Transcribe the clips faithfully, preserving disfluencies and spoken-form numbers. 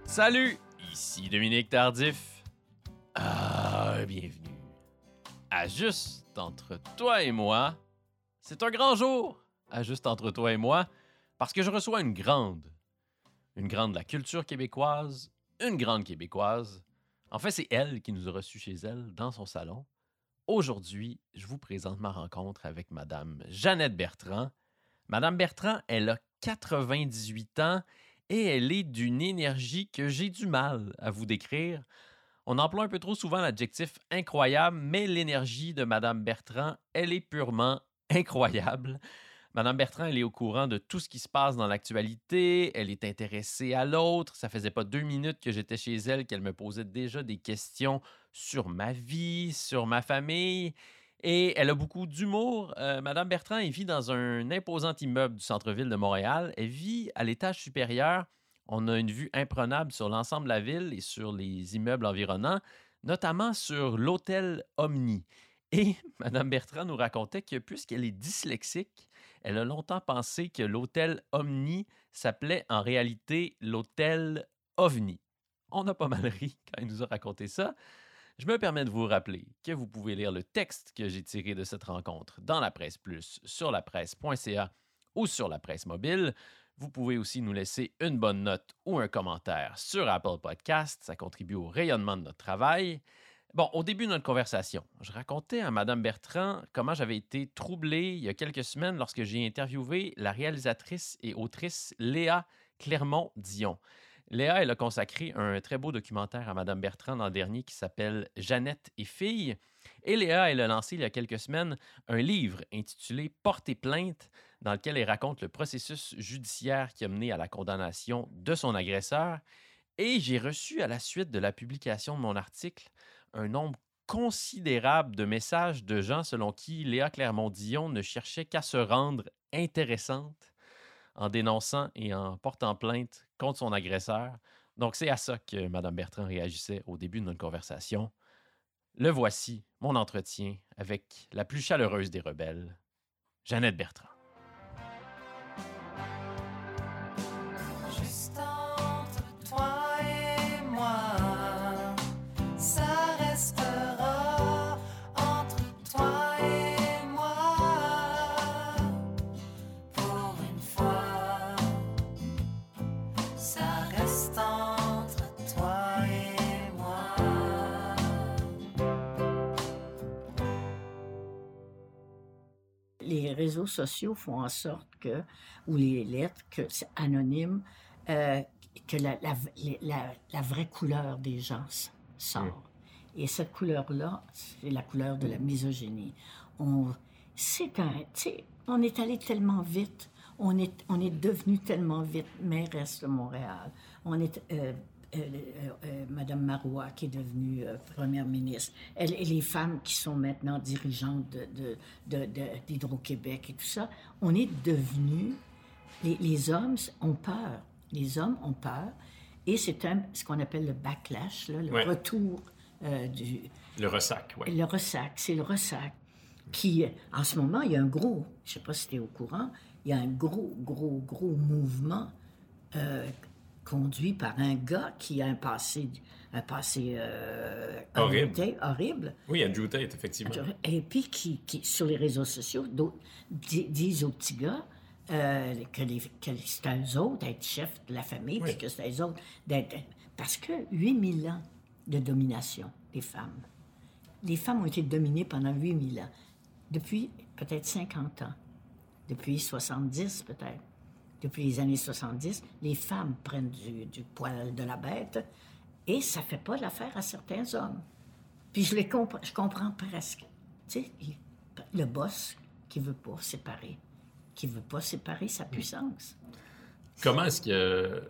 Salut, ici Dominique Tardif. Ah, bienvenue. À Juste entre toi et moi, c'est un grand jour, à Juste entre toi et moi, parce que je reçois une grande, une grande de la culture québécoise, une grande québécoise. En fait, c'est elle qui nous a reçus chez elle, dans son salon. Aujourd'hui, je vous présente ma rencontre avec Madame Jeannette Bertrand. Madame Bertrand, elle a quatre-vingt-dix-huit ans et elle est d'une énergie que j'ai du mal à vous décrire. On emploie un peu trop souvent l'adjectif incroyable, mais l'énergie de Madame Bertrand, elle est purement incroyable. Madame Bertrand, elle est au courant de tout ce qui se passe dans l'actualité, elle est intéressée à l'autre. Ça faisait pas deux minutes que j'étais chez elle qu'elle me posait déjà des questions sur ma vie, sur ma famille. Et elle a beaucoup d'humour. Euh, Madame Bertrand, elle vit dans un imposant immeuble du centre-ville de Montréal. Elle vit à l'étage supérieur. On a une vue imprenable sur l'ensemble de la ville et sur les immeubles environnants, notamment sur l'hôtel Omni. Et Madame Bertrand nous racontait que puisqu'elle est dyslexique, elle a longtemps pensé que l'hôtel Omni s'appelait en réalité l'hôtel OVNI. On a pas mal ri quand il nous a raconté ça. Je me permets de vous rappeler que vous pouvez lire le texte que j'ai tiré de cette rencontre dans la presse plus, sur lapresse point c a ou sur la presse mobile. Vous pouvez aussi nous laisser une bonne note ou un commentaire sur Apple Podcast. Ça contribue au rayonnement de notre travail. Bon, au début de notre conversation, je racontais à Mme Bertrand comment j'avais été troublé il y a quelques semaines lorsque j'ai interviewé la réalisatrice et autrice Léa Clermont-Dion. Léa, elle a consacré un très beau documentaire à Mme Bertrand l'an dernier qui s'appelle « Jeannette et filles ». Et Léa, elle a lancé il y a quelques semaines un livre intitulé « Porter plainte » dans lequel elle raconte le processus judiciaire qui a mené à la condamnation de son agresseur. Et j'ai reçu à la suite de la publication de mon article un nombre considérable de messages de gens selon qui Léa Clermont-Dion ne cherchait qu'à se rendre intéressante en dénonçant et en portant plainte contre son agresseur. Donc, c'est à ça que Mme Bertrand réagissait au début de notre conversation. Le voici, mon entretien avec la plus chaleureuse des rebelles, Jeannette Bertrand. Juste entre toi et moi, ça restera entre toi et moi. Pour une fois, ça reste entre toi et moi. Les réseaux sociaux font en sorte que, ou les lettres, que c'est anonyme, euh, que la, la, la, la vraie couleur des gens s- sort. Et cette couleur-là, c'est la couleur de la misogynie. On, c'est un, tu sais, on est allé tellement vite, on est, on est devenu tellement vite mairesse de Montréal. On est, euh, euh, euh, euh, Madame Marois, qui est devenue euh, première ministre, elle et les femmes qui sont maintenant dirigeantes de, de, de, de, d'Hydro-Québec et tout ça, on est devenus, les, les hommes ont peur, les hommes ont peur, et c'est un, ce qu'on appelle le backlash, là, le Ouais. retour euh, du... Le ressac, oui. Le ressac, c'est le ressac qui, en ce moment, il y a un gros, je sais pas si tu es au courant, il y a un gros, gros, gros mouvement euh, conduit par un gars qui a un passé, un passé euh, Horrible. horrible. horrible. Oui, Andrew Tate, effectivement. Et puis qui, qui sur les réseaux sociaux, d'autres di- disent aux petits gars euh, que, les, que c'est à eux autres d'être chef de la famille, Oui. puis que c'est à eux autres d'être... Parce que huit mille ans de domination des femmes. Les femmes ont été dominées pendant huit mille ans. Depuis peut-être cinquante ans. Depuis soixante-dix peut-être. Depuis les années soixante-dix, les femmes prennent du, du poil de la bête et ça fait pas l'affaire à certains hommes. Puis je les comprends, je comprends presque. Tu sais, il- le boss qui veut pas séparer, qui veut pas séparer sa puissance. Comment est-ce que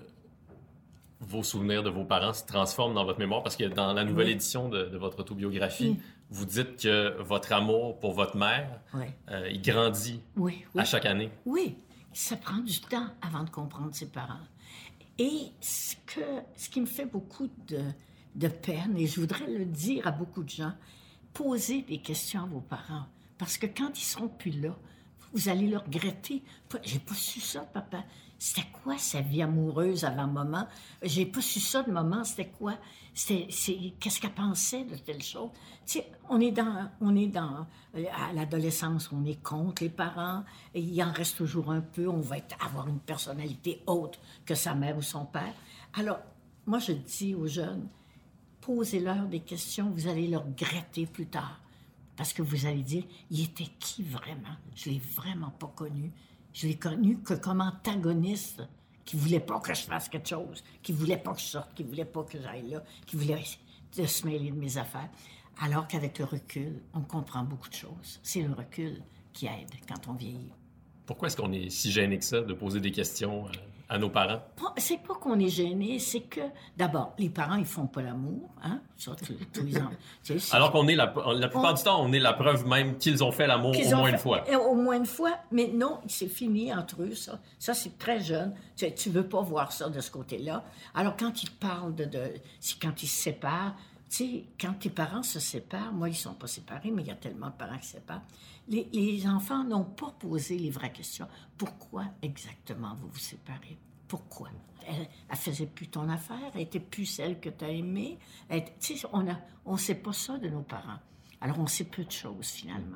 vos souvenirs de vos parents se transforment dans votre mémoire? Parce que dans la nouvelle Oui. édition de, de votre autobiographie, Oui. vous dites que votre amour pour votre mère, Oui. euh, il grandit Oui, oui. à chaque année. Oui, ça prend du temps avant de comprendre ses parents. Et ce, que, ce qui me fait beaucoup de, de peine, et je voudrais le dire à beaucoup de gens, posez des questions à vos parents. Parce que quand ils seront plus là, vous allez le regretter. J'ai pas su ça, papa. C'était quoi sa vie amoureuse avant maman? J'ai pas su ça de maman. C'était quoi? C'était, c'est, qu'est-ce qu'elle pensait de telle chose? Tu sais, on est dans, on est dans, à l'adolescence, on est contre les parents. Et il en reste toujours un peu. On va être, avoir une personnalité autre que sa mère ou son père. Alors, moi, je dis aux jeunes, posez-leur des questions, vous allez le regretter plus tard. Parce que vous allez dire, il était qui vraiment? Je ne l'ai vraiment pas connu. Je l'ai connu que comme antagoniste, qui ne voulait pas que je fasse quelque chose, qui ne voulait pas que je sorte, qui ne voulait pas que j'aille là, qui voulait se mêler de mes affaires. Alors qu'avec le recul, on comprend beaucoup de choses. C'est le recul qui aide quand on vieillit. Pourquoi est-ce qu'on est si gêné que ça de poser des questions euh, à nos parents? C'est pas qu'on est gêné, c'est que, d'abord, les parents, ils font pas l'amour, hein? Ça, tous, tous les ans. Tu sais, Alors qu'on est, la, la plupart on... du temps, on est la preuve même qu'ils ont fait l'amour qu'ils au moins fait, une fois. Au moins une fois, mais non, c'est fini entre eux, ça. Ça, c'est très jeune. Tu, tu veux pas voir ça de ce côté-là. Alors, quand ils parlent de... de c'est quand ils se séparent, tu sais, quand tes parents se séparent, moi, ils sont pas séparés, mais il y a tellement de parents qui se séparent, les, les enfants n'ont pas posé les vraies questions. Pourquoi exactement vous vous séparez? Pourquoi? Elle, elle faisait plus ton affaire, elle était plus celle que tu as aimée. Tu sais, on ne on sait pas ça de nos parents. Alors, on sait peu de choses, finalement.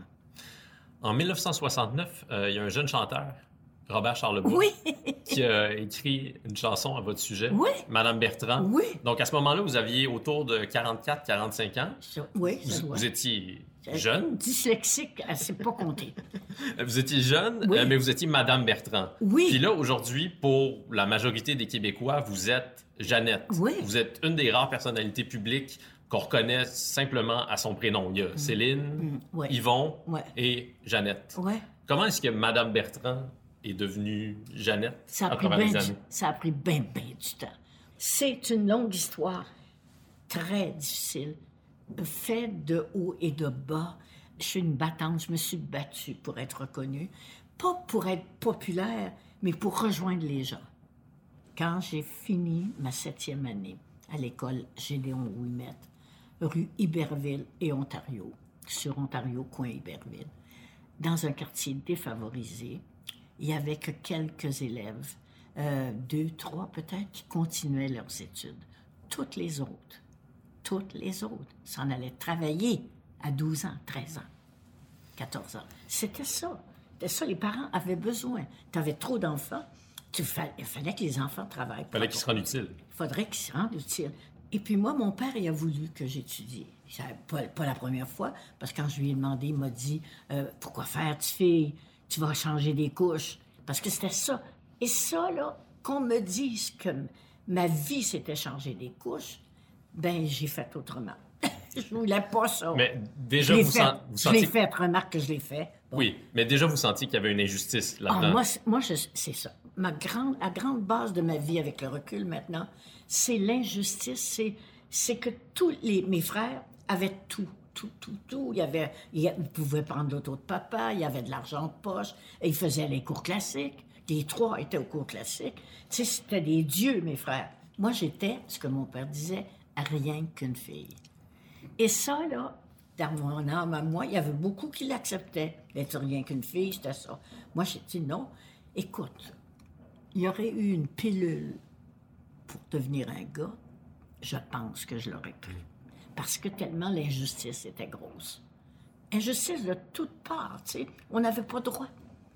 En dix-neuf cent soixante-neuf, euh, il y a un jeune chanteur, Robert Charlebois, oui. qui a écrit une chanson à votre sujet, oui. Madame Bertrand. Oui. Donc, à ce moment-là, vous aviez autour de quarante-quatre à quarante-cinq ans. Ça, oui, ça vous, doit. vous étiez jeune. Dyslexique, elle ne sait pas compter. Vous étiez jeune, oui. euh, mais vous étiez Madame Bertrand. Oui. Puis là, aujourd'hui, pour la majorité des Québécois, vous êtes Jeannette. Oui. Vous êtes une des rares personnalités publiques qu'on reconnaît simplement à son prénom. Il y a mmh. Céline, mmh. Ouais. Yvon ouais. et Jeannette. Ouais. Comment est-ce que Madame Bertrand est devenue Jeannette ça a à pris travers les années? Du, ça a pris bien, bien du temps. C'est une longue histoire, très difficile, faite de haut et de bas. Je suis une battante, je me suis battue pour être reconnue. Pas pour être populaire, mais pour rejoindre les gens. Quand j'ai fini ma septième année à l'école Gédéon Ouimet, rue Iberville et Ontario, sur Ontario, coin Iberville, dans un quartier défavorisé, il n'y avait que quelques élèves, euh, deux, trois peut-être, qui continuaient leurs études. Toutes les autres, toutes les autres s'en allaient travailler à douze ans, treize ans, quatorze ans. C'était ça. C'était ça, les parents avaient besoin. Tu avais trop d'enfants, tu fa... il fallait que les enfants travaillent. Il fallait qu'ils se rendent utiles. Il faudrait qu'ils se rendent utiles. Et puis moi, mon père, il a voulu que j'étudie. Pas, pas la première fois, parce que quand je lui ai demandé, il m'a dit euh, « Pourquoi faire, petite fille? Tu vas changer des couches. » Parce que c'était ça. Et ça, là, qu'on me dise que ma vie, c'était changer des couches, ben j'ai fait autrement. Je voulais pas ça. Mais déjà, je vous, fait, sent, vous je sentiez... l'ai fait, remarque que je l'ai fait. Bon. Oui, mais déjà, vous sentiez qu'il y avait une injustice là-dedans. Ah, moi, moi je, c'est ça. Ma grande, la grande base de ma vie, avec le recul maintenant, c'est l'injustice. C'est, c'est que tous les, mes frères avaient tout. Tout, tout, tout. Il y avait, ils pouvaient prendre l'auto de papa, il y avait de l'argent de poche, et ils faisaient les cours classiques. Les trois étaient au cours classique. Tu sais, c'était des dieux, mes frères. Moi, j'étais, ce que mon père disait, rien qu'une fille. Et ça, là, dans mon âme à moi, il y avait beaucoup qui l'acceptaient. D'être rien qu'une fille, c'était ça. Moi, j'ai dit non. Écoute, il y aurait eu une pilule pour devenir un gars, je pense que je l'aurais pris. Parce que tellement l'injustice était grosse. Injustice de toutes parts, tu sais. On n'avait pas droit.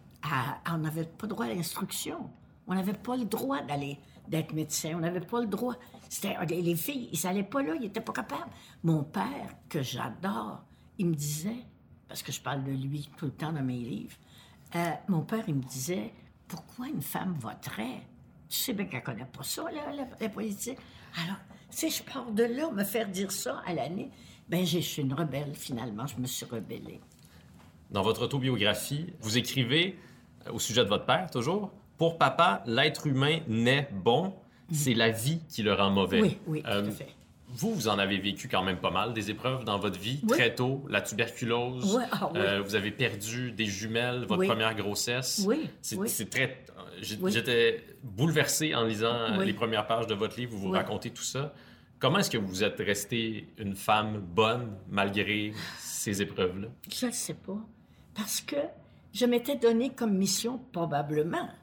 À, on n'avait pas droit à l'instruction. On n'avait pas le droit d'aller, d'être médecin. On n'avait pas le droit. C'était, les filles, ils n'allaient pas là, ils n'étaient pas capables. Mon père, que j'adore, il me disait, parce que je parle de lui tout le temps dans mes livres, euh, mon père, il me disait, pourquoi une femme voterait? Tu sais bien qu'elle ne connaît pas ça, là, la, la politique. Alors, si je pars de là, me faire dire ça à l'année, ben je suis une rebelle, finalement. Je me suis rebellée. Dans votre autobiographie, vous écrivez, euh, au sujet de votre père, toujours, « Pour papa, l'être humain naît bon, mmh. c'est la vie qui le rend mauvais. » Oui, oui, tout euh, à fait. Vous, vous en avez vécu quand même pas mal, des épreuves dans votre vie, oui. très tôt, la tuberculose, oui. Ah, oui. euh, vous avez perdu des jumelles, votre oui. première grossesse. Oui, c'est, oui. c'est très... Oui. J'étais bouleversé en lisant oui. les premières pages de votre livre où vous oui. racontez tout ça. Comment est-ce que vous êtes restée une femme bonne malgré ces épreuves-là? Je ne sais pas. Parce que je m'étais donné comme mission, probablement,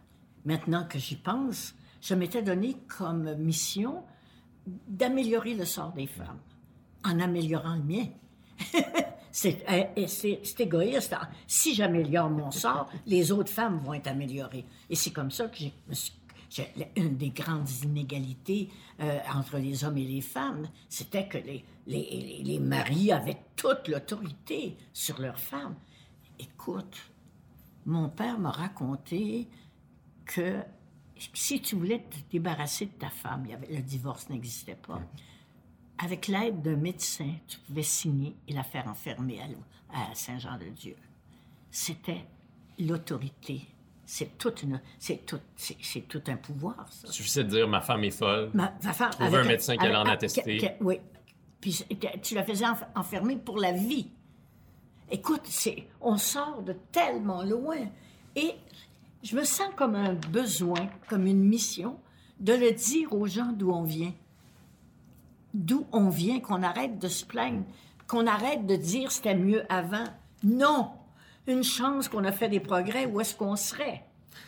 maintenant que j'y pense, je m'étais donné comme mission d'améliorer le sort des femmes en améliorant le mien. c'est, euh, c'est, c'est égoïste. Si j'améliore mon sort, les autres femmes vont être améliorées. Et c'est comme ça que j'ai, j'ai une des grandes inégalités euh, entre les hommes et les femmes, c'était que les, les, les maris avaient toute l'autorité sur leurs femmes. Écoute, mon père m'a raconté que si tu voulais te débarrasser de ta femme, il y avait, le divorce n'existait pas, avec l'aide d'un médecin, tu pouvais signer et la faire enfermer à, à Saint-Jean-de-Dieu. C'était l'autorité. C'est, toute une, c'est, tout, c'est, c'est tout un pouvoir, ça. Il suffisait de dire « ma femme est folle Ma, ma femme, », trouver un médecin qui allait en attester. Que, que, oui. Puis tu la faisais enf- enfermer pour la vie. Écoute, c'est, on sort de tellement loin. Et je me sens comme un besoin, comme une mission, de le dire aux gens d'où on vient. D'où on vient, qu'on arrête de se plaindre, qu'on arrête de dire c'était mieux avant. Non! Une chance qu'on a fait des progrès, où est-ce qu'on serait?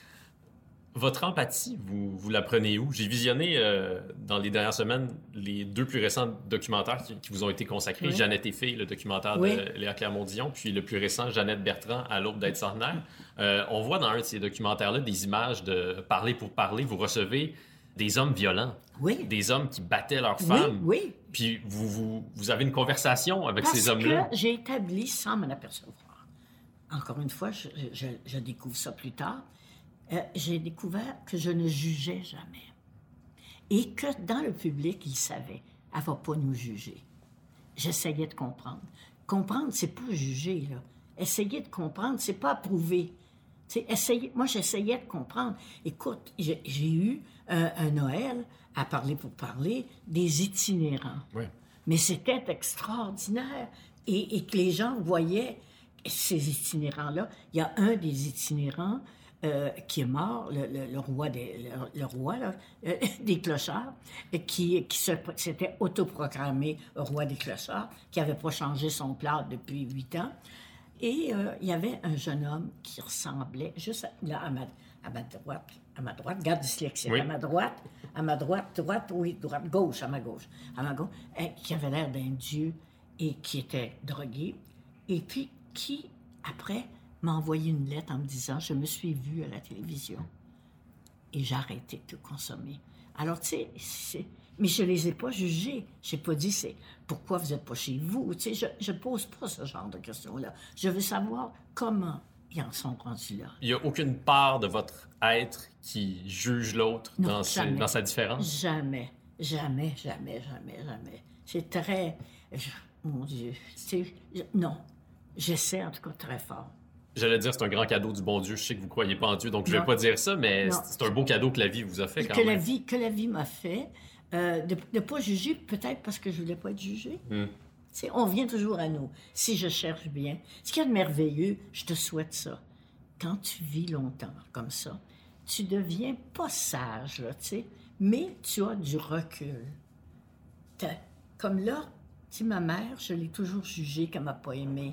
Votre empathie, vous, vous la prenez où? J'ai visionné euh, dans les dernières semaines les deux plus récents documentaires qui, qui vous ont été consacrés. Oui. Jeannette et Fille, le documentaire Oui. de Léa Clermont-Dion, puis le plus récent, Jeannette Bertrand, à l'aube d'être centenaire. Euh, on voit dans un de ces documentaires-là des images de parler pour parler. Vous recevez des hommes violents, Oui. des hommes qui battaient leurs Oui, femmes. oui. Puis vous, vous, vous avez une conversation avec Parce ces hommes-là. que j'ai établi, sans m'en apercevoir, encore une fois, je, je, je découvre ça plus tard, euh, j'ai découvert que je ne jugeais jamais. Et que dans le public, ils savaient, elle ne va pas nous juger. J'essayais de comprendre. Comprendre, c'est pas juger, là. Essayer de comprendre, c'est pas approuver. Tu sais, essayer, moi, j'essayais de comprendre. Écoute, j'ai, j'ai eu un, un Noël, à parler pour parler, des itinérants. Oui. Mais c'était extraordinaire. Et, et que les gens voyaient ces itinérants-là. Il y a un des itinérants euh, qui est mort, le, le, le roi des, le, le roi là, euh, des clochards, qui, qui se, s'était autoproclamé roi des clochards, qui n'avait pas changé son plat depuis huit ans. Et euh, il y avait un jeune homme qui ressemblait, juste à, là, à ma, à ma droite, à ma droite, garde dyslexique, Oui. à ma droite, à ma droite, droite, oui, droite, gauche, à ma gauche, à ma gauche, euh, qui avait l'air d'un dieu et qui était drogué, et puis qui, après, m'a envoyé une lettre en me disant « Je me suis vue à la télévision et j'ai arrêté de tout consommer. » Alors, tu sais, c'est... mais je ne les ai pas jugés. Je n'ai pas dit c'est pourquoi vous n'êtes pas chez vous. Tu sais, je ne pose pas ce genre de questions-là. Je veux savoir comment ils en sont rendus là. Il n'y a aucune part de votre être qui juge l'autre Non, dans, ses- jamais. dans sa différence? Jamais, jamais, jamais, jamais, jamais. C'est très... je- Mon Dieu. C'est... je- Non. J'essaie, en tout cas, très fort. J'allais dire, c'est un grand cadeau du bon Dieu. Je sais que vous ne croyez pas en Dieu, donc je ne vais Non. pas dire ça, mais Non. c'est c'est un beau cadeau que la vie vous a fait quand que, même. la vie, que la vie m'a fait, euh, de ne pas juger, peut-être parce que je ne voulais pas être jugée. Hmm. Tu sais, on vient toujours à nous. Si je cherche bien. Ce qu'il y a de merveilleux, je te souhaite ça. Quand tu vis longtemps comme ça, tu deviens pas sage, là, tu sais, mais tu as du recul. T'as- Comme là, tu sais, ma mère, je l'ai toujours jugée qu'elle m'a pas aimée.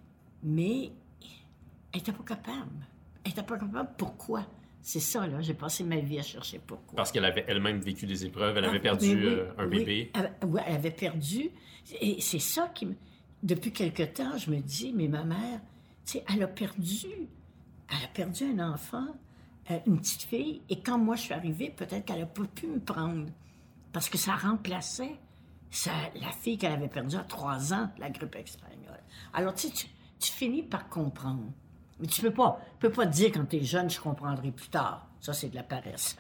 Mais elle n'était pas capable. Elle n'était pas capable. Pourquoi? C'est ça, là. J'ai passé ma vie à chercher pourquoi. Parce qu'elle avait elle-même vécu des épreuves, elle avait Ah, perdu mais oui, euh, un oui. bébé. Elle, ouais, elle avait perdu. Et c'est ça qui me... Depuis quelque temps, je me dis, mais ma mère, tu sais, elle a perdu. Elle a perdu un enfant, euh, une petite fille. Et quand moi, je suis arrivée, peut-être qu'elle n'a pas pu me prendre. Parce que ça remplaçait ça, la fille qu'elle avait perdue à trois ans, la grippe espagnole. Alors, tu sais, tu, tu finis par comprendre. Mais tu peux pas, tu peux pas te dire quand tu es jeune, je comprendrai plus tard. Ça, c'est de la paresse.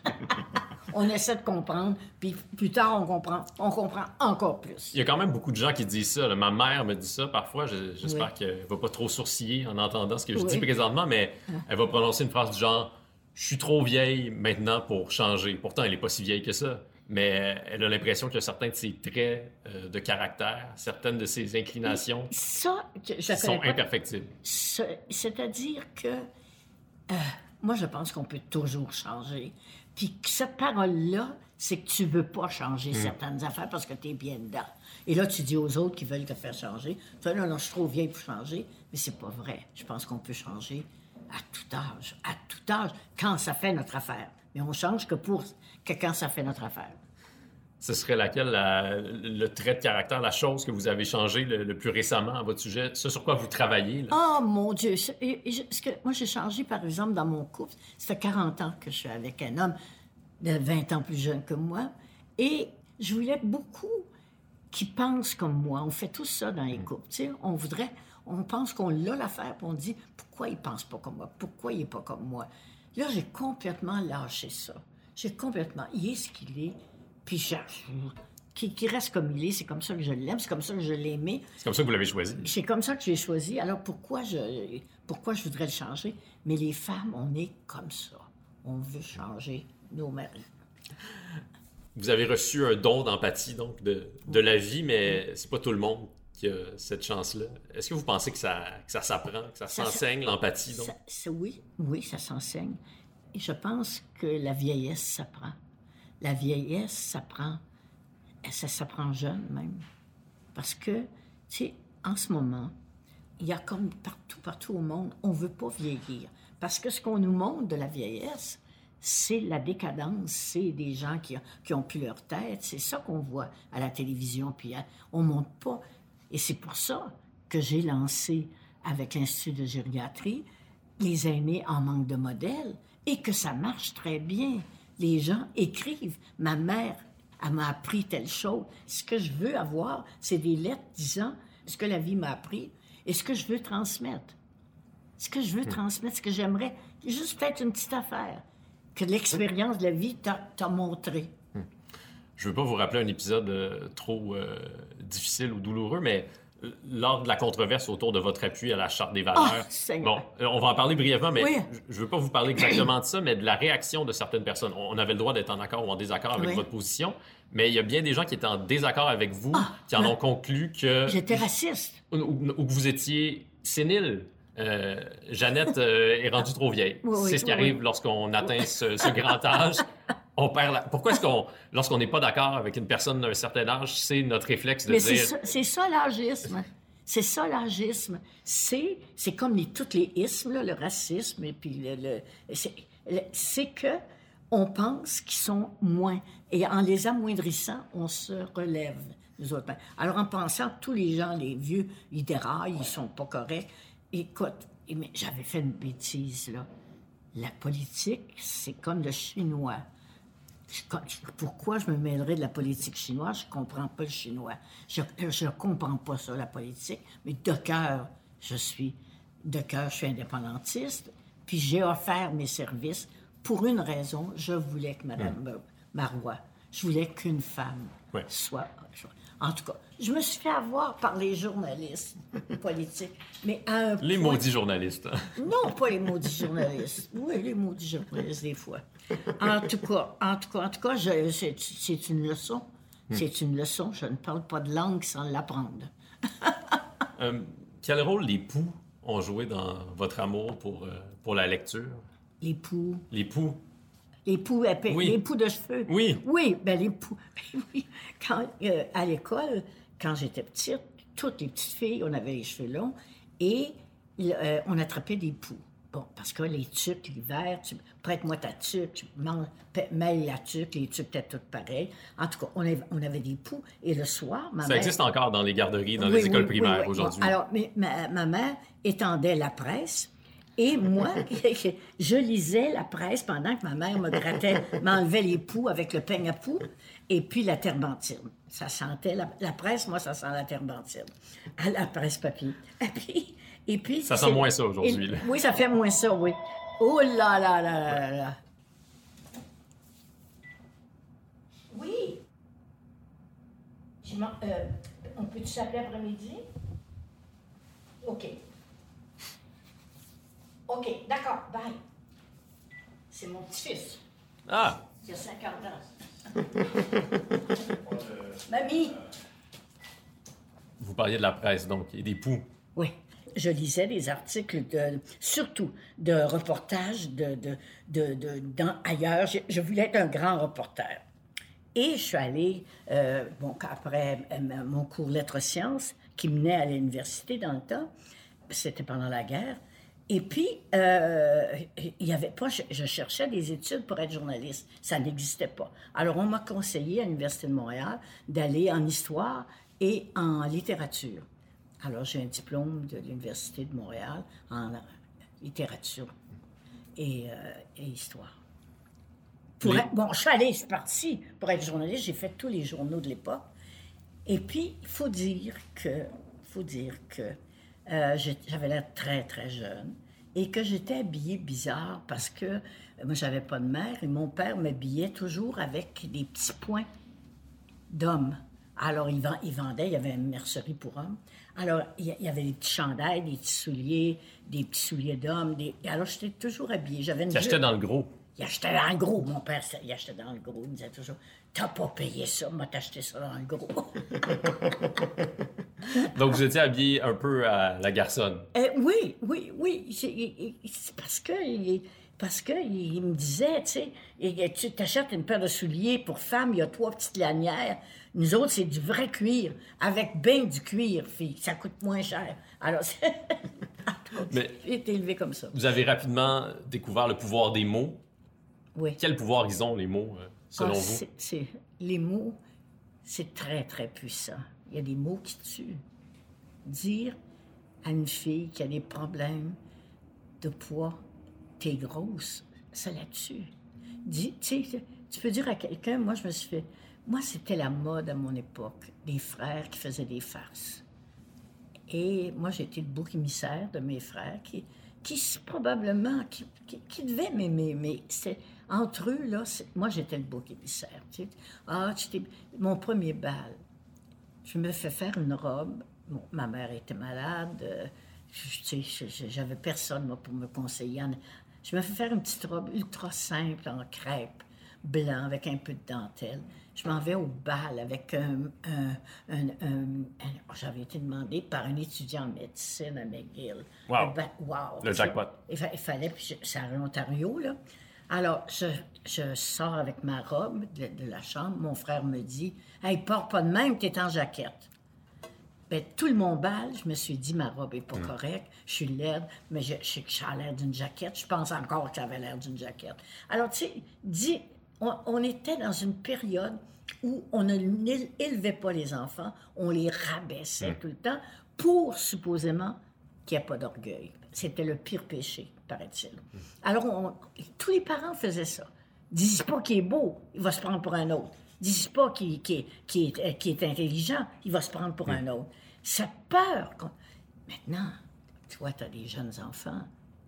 On essaie de comprendre, puis plus tard, on comprend, on comprend encore plus. Il y a quand même beaucoup de gens qui disent ça. là. Ma mère me dit ça parfois. Je- j'espère Oui. qu'elle va pas trop sourciller en entendant ce que je Oui. dis présentement, mais elle va prononcer une phrase du genre « Je suis trop vieille maintenant pour changer ». Pourtant, elle est pas si vieille que ça. Mais elle a l'impression que certains de ses traits euh, de caractère, certaines de ses inclinations Ça, je, je sont connais pas- imperfectibles. Ce- C'est-à-dire que euh, moi, je pense qu'on peut toujours changer. Puis que cette parole-là, c'est que tu veux pas changer certaines affaires parce que tu es bien dedans. Et là, tu dis aux autres qui veulent te faire changer, tu dis, non, non, je suis trop vieille pour changer. Mais c'est pas vrai. Je pense qu'on peut changer à tout âge, à tout âge, quand ça fait notre affaire. Mais on change que pour que quand ça fait notre affaire. Ce serait laquelle la- le trait de caractère, la chose que vous avez changé le, le plus récemment à votre sujet, ce sur quoi vous travaillez? Là? Oh mon Dieu! Ce, et- et je- ce que, moi, j'ai changé, par exemple, dans mon couple. Ça fait quarante ans que je suis avec un homme de vingt ans plus jeune que moi. Et je voulais beaucoup qu'il pense comme moi. On fait tout ça dans les couples. Tu sais, on voudrait... On pense qu'on l'a l'affaire, puis on dit « Pourquoi il pense pas comme moi? Pourquoi il est pas comme moi? » Là, j'ai complètement lâché ça. J'ai complètement... Il est ce qu'il est, puis je... Qu'il qu'il reste comme il est, c'est comme ça que je l'aime, c'est comme ça que je l'ai aimé. C'est comme ça que vous l'avez choisi. C'est comme ça que j'ai choisi. Alors pourquoi je, pourquoi je voudrais le changer? Mais les femmes, on est comme ça. On veut changer nos maris. Vous avez reçu un don d'empathie, donc, de, de la vie, mais c'est pas tout le monde qui a cette chance-là. Est-ce que vous pensez que ça, que ça s'apprend, que ça, Ça s'enseigne, l'empathie, donc? Ça- ça- oui, oui, ça s'enseigne. Et je pense que la vieillesse s'apprend. La vieillesse s'apprend. Ça s'apprend jeune, même. Parce que, tu sais, en ce moment, il y a comme partout, partout au monde, on ne veut pas vieillir. Parce que ce qu'on nous montre de la vieillesse, c'est la décadence, c'est des gens qui, qui ont plus leur tête. C'est ça qu'on voit à la télévision, puis à- on ne montre pas. Et c'est pour ça que j'ai lancé, avec l'Institut de gériatrie, les aînés en manque de modèles, et que ça marche très bien. Les gens écrivent. Ma mère, elle m'a appris telle chose. Ce que je veux avoir, c'est des lettres disant ce que la vie m'a appris et ce que je veux transmettre. Ce que je veux transmettre, ce que j'aimerais, juste peut-être une petite affaire que l'expérience de la vie t'a, t'a montré. Je veux pas vous rappeler un épisode euh, trop euh, difficile ou douloureux, mais euh, lors de la controverse autour de votre appui à la Charte des valeurs... Ah, Seigneur. bon, euh, on va en parler brièvement, mais Oui. je- je veux pas vous parler exactement de ça, mais de la réaction de certaines personnes. On avait le droit d'être en accord ou en désaccord avec Oui. votre position, mais il y a bien des gens qui étaient en désaccord avec vous, Ah, qui en ben, ont conclu que... J'étais raciste. ou, ou- ou que vous étiez sénile. Euh, Jeannette euh, est rendue trop vieille. Oui, oui, c'est ce qui oui, arrive oui. lorsqu'on atteint ce, ce grand âge. On perd la... Pourquoi est-ce qu'on, lorsqu'on n'est pas d'accord avec une personne d'un certain âge, c'est notre réflexe de Mais c'est dire... ça, c'est ça l'agisme. C'est ça l'agisme. C'est, c'est comme les, tous les ismes, là, le racisme, et puis le, le- c'est, le- c'est que on pense qu'ils sont moins. Et en les amoindrissant, on se relève, nous autres. Alors en pensant que tous les gens, les vieux, ils déraillent, ils sont pas corrects. Écoute, et mais j'avais fait une bêtise, là. La politique, c'est comme le chinois. Je- Pourquoi je me mêlerais de la politique chinoise? Je ne comprends pas le chinois. Je ne comprends pas ça, la politique, mais de cœur, je suis de cœur, je suis indépendantiste, puis j'ai offert mes services pour une raison. Je voulais que Mme Marois, je voulais qu'une femme Ouais. soit... En tout cas, je me suis fait avoir par les journalistes politiques, mais à un Les point- maudits journalistes. hein. non, pas les maudits journalistes. Oui, les maudits journalistes, des fois. En tout cas, en tout cas, en tout cas, je- c'est, c'est une leçon. C'est une leçon. Je ne parle pas de langue sans l'apprendre. Euh, quel rôle les poux ont joué dans votre amour pour, euh, pour la lecture? Les poux, Les poux? les poux épais, Oui. les poux de cheveux. Oui. Oui, ben les poux. Oui. Quand, euh, à l'école, quand j'étais petite, toutes les petites filles, on avait les cheveux longs et euh, on attrapait des poux. Bon, parce que les tuques, l'hiver, tu prête-moi ta tuque, tu manges, pa- mêle la tuque, les tuques étaient toutes pareilles. En tout cas, on avait, on avait des poux. Et le soir, ma Ça mère... existe encore dans les garderies, dans Oui, les écoles oui, oui, primaires oui. aujourd'hui. Bon, alors, mais, ma, ma mère étendait la presse et moi, je lisais la presse pendant que ma mère me grattait, m'enlevait les poux avec le peigne à poux et puis la terbentine. Ça sentait la, la presse, moi, ça sent la terbentine. À la presse papier. Et puis... Et puis, Ça sent c'est- moins ça aujourd'hui, et- là. Oui, ça fait moins ça, oui. Oh là là là là là. Oui. Je m'en- euh, on peut-tu s'appeler après-midi? OK. OK, d'accord, bye. C'est mon petit-fils. Ah! Il a cinquante ans. Mamie! Vous parliez de la presse, donc, et des poux. Oui. Je lisais des articles, de, surtout de reportages de, de, de, de- dans, ailleurs. Je, je voulais être un grand reporter. Et je suis allée, euh, bon, après euh, mon cours lettres-sciences, qui menait à l'université dans le temps, c'était pendant la guerre, Et puis, euh, il y avait pas, je, je cherchais des études pour être journaliste. Ça n'existait pas. Alors, on m'a conseillé à l'Université de Montréal d'aller en histoire et en littérature. Alors, j'ai un diplôme de l'Université de Montréal en littérature et, euh, et histoire. Pour Les- être- bon, je suis allée, je suis partie pour être journaliste. J'ai fait tous les journaux de l'époque. Et puis, il faut dire que, faut dire que euh, j'ai- j'avais l'air très, très jeune et que j'étais habillée bizarre parce que euh, moi, j'avais pas de mère et mon père m'habillait toujours avec des petits points d'hommes. Alors, il, vend- il vendait, il y avait une mercerie pour hommes. Alors, il y, il y avait des petits chandails, des petits souliers, des petits souliers d'hommes. Des... Alors, j'étais toujours habillée. J'avais une Tu achetais jupe. dans le gros. Il achetait dans le gros. Mon père, ça- il achetait dans le gros. Il me disait toujours, t'as pas payé ça, moi, t'as acheté ça dans le gros. Donc, vous étiez habillé un peu à la garçonne. Euh, oui, oui, oui. C'est, il- il- c'est parce que, il, parce que il, il me disait, tu sais, et- tu t'achètes une paire de souliers pour femme, il y a trois petites lanières. Nous autres, c'est du vrai cuir, avec bien du cuir, fille. Ça coûte moins cher. Alors, c'est... En tout cas, Mais- j'ai été élevée comme ça. Vous avez rapidement découvert le pouvoir des mots. Oui. Quel pouvoir ils ont, les mots, euh, selon Ah, vous? c'est, c'est- les mots, c'est très, très puissant. Il y a des mots qui tuent. Dire à une fille qui a des problèmes de poids, t'es grosse, ça la tue. Dis, tu sais, tu peux dire à quelqu'un, moi, je me suis fait... Moi, c'était la mode à mon époque, des frères qui faisaient des farces. Et moi, j'ai été le bouc émissaire de mes frères qui, qui probablement, qui, qui, qui devaient m'aimer, mais c'est entre eux, là, c'est- moi, j'étais le bouc émissaire. Tu sais. Ah, tu t'es- mon premier bal, je me fais faire une robe. Bon, ma mère était malade. euh, je- tu sais, je- je- j'avais personne, moi, pour me conseiller. En- Je me fais faire une petite robe ultra simple, en crêpe, blanc, avec un peu de dentelle. Je m'en vais au bal avec un... un- un- un- un- J'avais été demandé par un étudiant en médecine à McGill. Wow. Un ba- wow. Le jackpot. Il, fa- il fallait, puis je- c'est en Ontario, là. Alors, je, je sors avec ma robe de, de la chambre. Mon frère me dit, « Hey, porte pas de même, t'es en jaquette. » Ben, tout le mon bal, je me suis dit, ma robe est pas correcte, je suis laide, mais je, je sais que j'ai l'air d'une jaquette. Je pense encore que j'avais l'air d'une jaquette. Alors, tu sais, dis, on, on était dans une période où on ne n'élevait pas les enfants, on les rabaissait tout le temps pour, supposément, qu'il n'y ait pas d'orgueil. C'était le pire péché, paraît-il. Alors, on- tous les parents faisaient ça. Dis pas qu'il est beau, il va se prendre pour un autre. Dis pas qu'il qu'il- qu'il est, euh, qu'il est intelligent, il va se prendre pour un autre. Cette peur. qu'on- Maintenant, toi, tu as des jeunes enfants.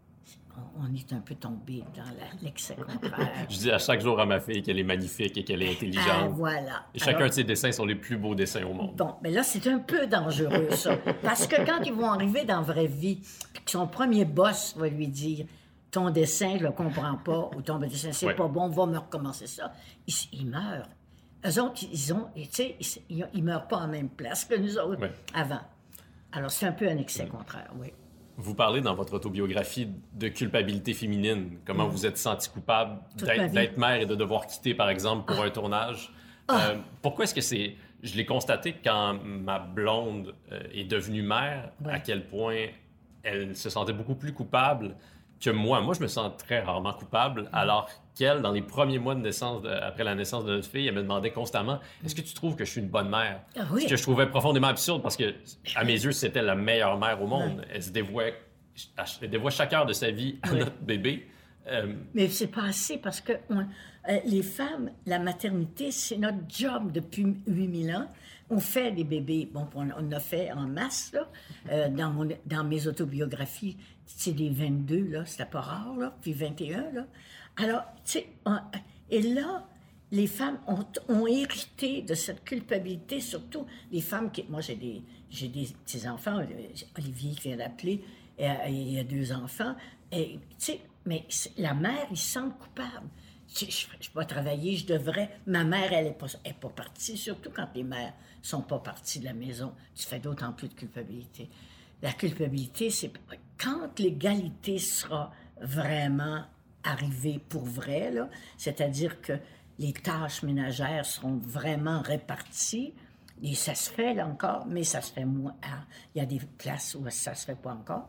On, on est un peu tombé dans la- l'excès contraire. Je dis à chaque jour à ma fille qu'elle est magnifique et qu'elle est Ah, intelligente. voilà. Et chacun Alors, de ses dessins sont les plus beaux dessins au monde. Bon, mais là, c'est un peu dangereux, ça. Parce que quand ils vont arriver dans la vraie vie, puis que son premier boss va lui dire « Ton dessin, je le comprends pas » ou « Ton dessin, c'est Ouais. pas bon, va me recommencer ça », ils, ils meurent. Eux autres, ils ont... Tu sais, ils, ils meurent pas en même place que nous autres Ouais. avant. Alors, c'est un peu un excès contraire, oui. Vous parlez dans votre autobiographie de culpabilité féminine, comment vous êtes senti coupable Mm. Toute ma d'être vie. d'être mère et de devoir quitter, par exemple, pour un tournage. Ah. Euh, pourquoi est-ce que c'est... Je l'ai constaté quand ma blonde euh, est devenue mère, Ouais. à quel point elle se sentait beaucoup plus coupable que moi. Moi, je me sens très rarement coupable, alors qu'elle, dans les premiers mois de naissance, de- après la naissance de notre fille, elle me demandait constamment « Est-ce que tu trouves que je suis une bonne mère? Ah oui. Ce que je trouvais profondément absurde parce que, à mes yeux, c'était la meilleure mère au monde. Elle se dévouait, elle dévoie chaque heure de sa vie à Oui. notre bébé. Euh, Mais c'est pas assez parce que on- euh, les femmes, la maternité, c'est notre job depuis huit mille ans. On fait des bébés. Bon, on, on en a fait en masse, là. Euh, dans, mon- dans mes autobiographies, c'est des vingt-deux, là. C'était pas rare, là. Puis vingt et un, là. Alors, tu sais, on- et là, les femmes ont, ont hérité de cette culpabilité, surtout les femmes qui... Moi, j'ai des, j'ai des petits-enfants. euh, Olivier qui vient d'appeler, et, euh, il y a deux enfants. Et, tu sais, mais c'est- la mère, ils se sentent coupables. Je ne vais pas travailler, je devrais. Ma mère, elle n'est pas, elle est pas partie, surtout quand les mères ne sont pas parties de la maison. Tu fais d'autant plus de culpabilité. La culpabilité, c'est quand l'égalité sera vraiment arrivée pour vrai, là, c'est-à-dire que les tâches ménagères seront vraiment réparties. Et ça se fait, là, encore, mais ça se fait moins. Ah, il y a des places où ça se fait pas encore.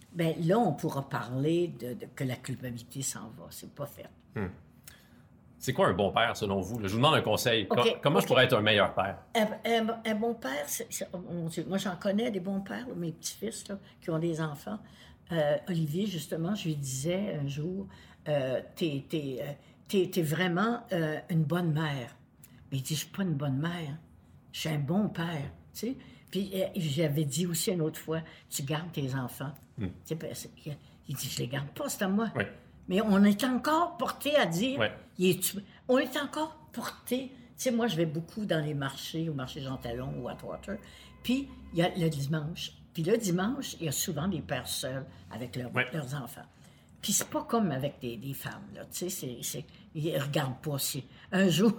ben là, on pourra parler de, de que la culpabilité s'en va. C'est pas fait. Hmm. C'est quoi un bon père, selon vous? Là, je vous demande un conseil. Okay, Com- comment okay. je pourrais être un meilleur père? Un, un, un bon père, c'est, c'est, oh mon Dieu, moi j'en connais des bons pères, là, mes petits-fils là, qui ont des enfants. Euh, Olivier, justement, je lui disais un jour, euh, t'es, t'es, euh, t'es, t'es vraiment euh, une bonne mère. Mais il dit, je suis pas une bonne mère, je suis un bon père. Tu sais? Puis euh, j'avais dit aussi une autre fois, tu gardes tes enfants. Mm. Tu sais, ben, il dit, je les garde pas, c'est à moi. Oui. Mais on est encore porté à dire, ouais. il est tué. On est encore porté. Tu sais, moi, je vais beaucoup dans les marchés, au marché Jean Talon ou Atwater. Puis, il y a le dimanche. Puis le dimanche, il y a souvent des pères seuls avec leur, ouais. leurs enfants. Puis c'est pas comme avec des, des femmes, là. Tu sais, c'est, c'est, ils regardent pas. Si un jour,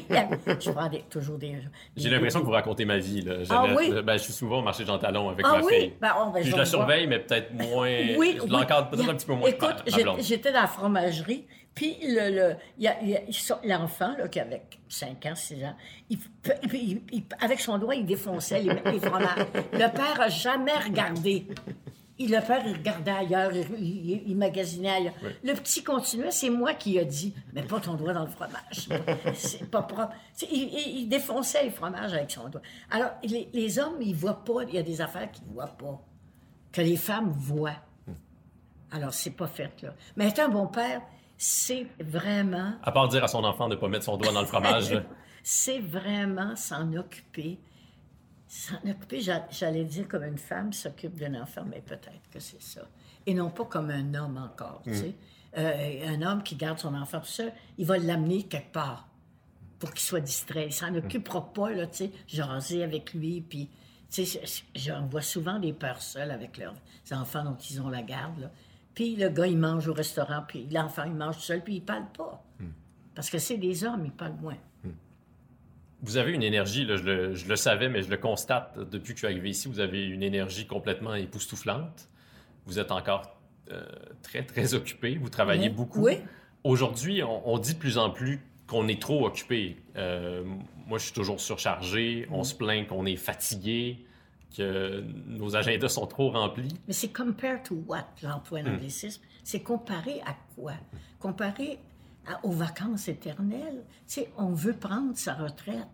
je prends des, toujours des... J'ai l'impression que vous racontez ma vie, là. Ah oui? Ben, je suis souvent au marché Jean Talon avec ah, ma oui? fille. Ben, oh, ben, Puis je la surveille, mais peut-être moins... Oui, je oui. l'encadre peut-être a... un petit peu moins. Écoute, que j'étais dans la fromagerie, puis le, le, il y a, il y a, l'enfant, là, qui avait cinq ans, six ans, il, il, il, avec son doigt, il défonçait les, les fromages. Le père n'a jamais regardé. Il, le père, il regardait ailleurs, il, il, il magasinait ailleurs. Oui. Le petit continuait, c'est moi qui ai dit, mais pas ton doigt dans le fromage. C'est pas propre. Il, il, il défonçait les fromages avec son doigt. Alors, les, les hommes, ils voient pas, il y a des affaires qu'ils voient pas, que les femmes voient. Alors, c'est pas fait, là. Mais être un bon père, c'est vraiment... À part dire à son enfant de ne pas mettre son doigt dans le fromage, là. C'est vraiment s'en occuper. S'en occuper, j'allais dire comme une femme s'occupe d'un enfant, mais peut-être que c'est ça. Et non pas comme un homme encore, mm. tu sais. Euh, un homme qui garde son enfant tout seul, il va l'amener quelque part pour qu'il soit distrait. Il s'en occupera mm. pas, là, tu sais, jaser avec lui, puis... Tu sais, j'en vois souvent des pères seuls avec leurs enfants dont ils ont la garde, là. Puis le gars, il mange au restaurant, puis l'enfant, il mange tout seul, puis il parle pas. Mm. Parce que c'est des hommes, ils parlent moins. Mm. Vous avez une énergie, là, je, le, je le savais, mais je le constate depuis que je suis arrivé ici, vous avez une énergie complètement époustouflante. Vous êtes encore euh, très, très occupé. Vous travaillez oui. beaucoup. Oui. Aujourd'hui, on, on dit de plus en plus qu'on est trop occupé. Euh, moi, je suis toujours surchargé. Mm. On se plaint qu'on est fatigué, que nos agendas sont trop remplis. Mais c'est compare to what, l'emploi d'anglicisme? Mm. C'est comparé à quoi? Comparé à, aux vacances éternelles. Tu sais, on veut prendre sa retraite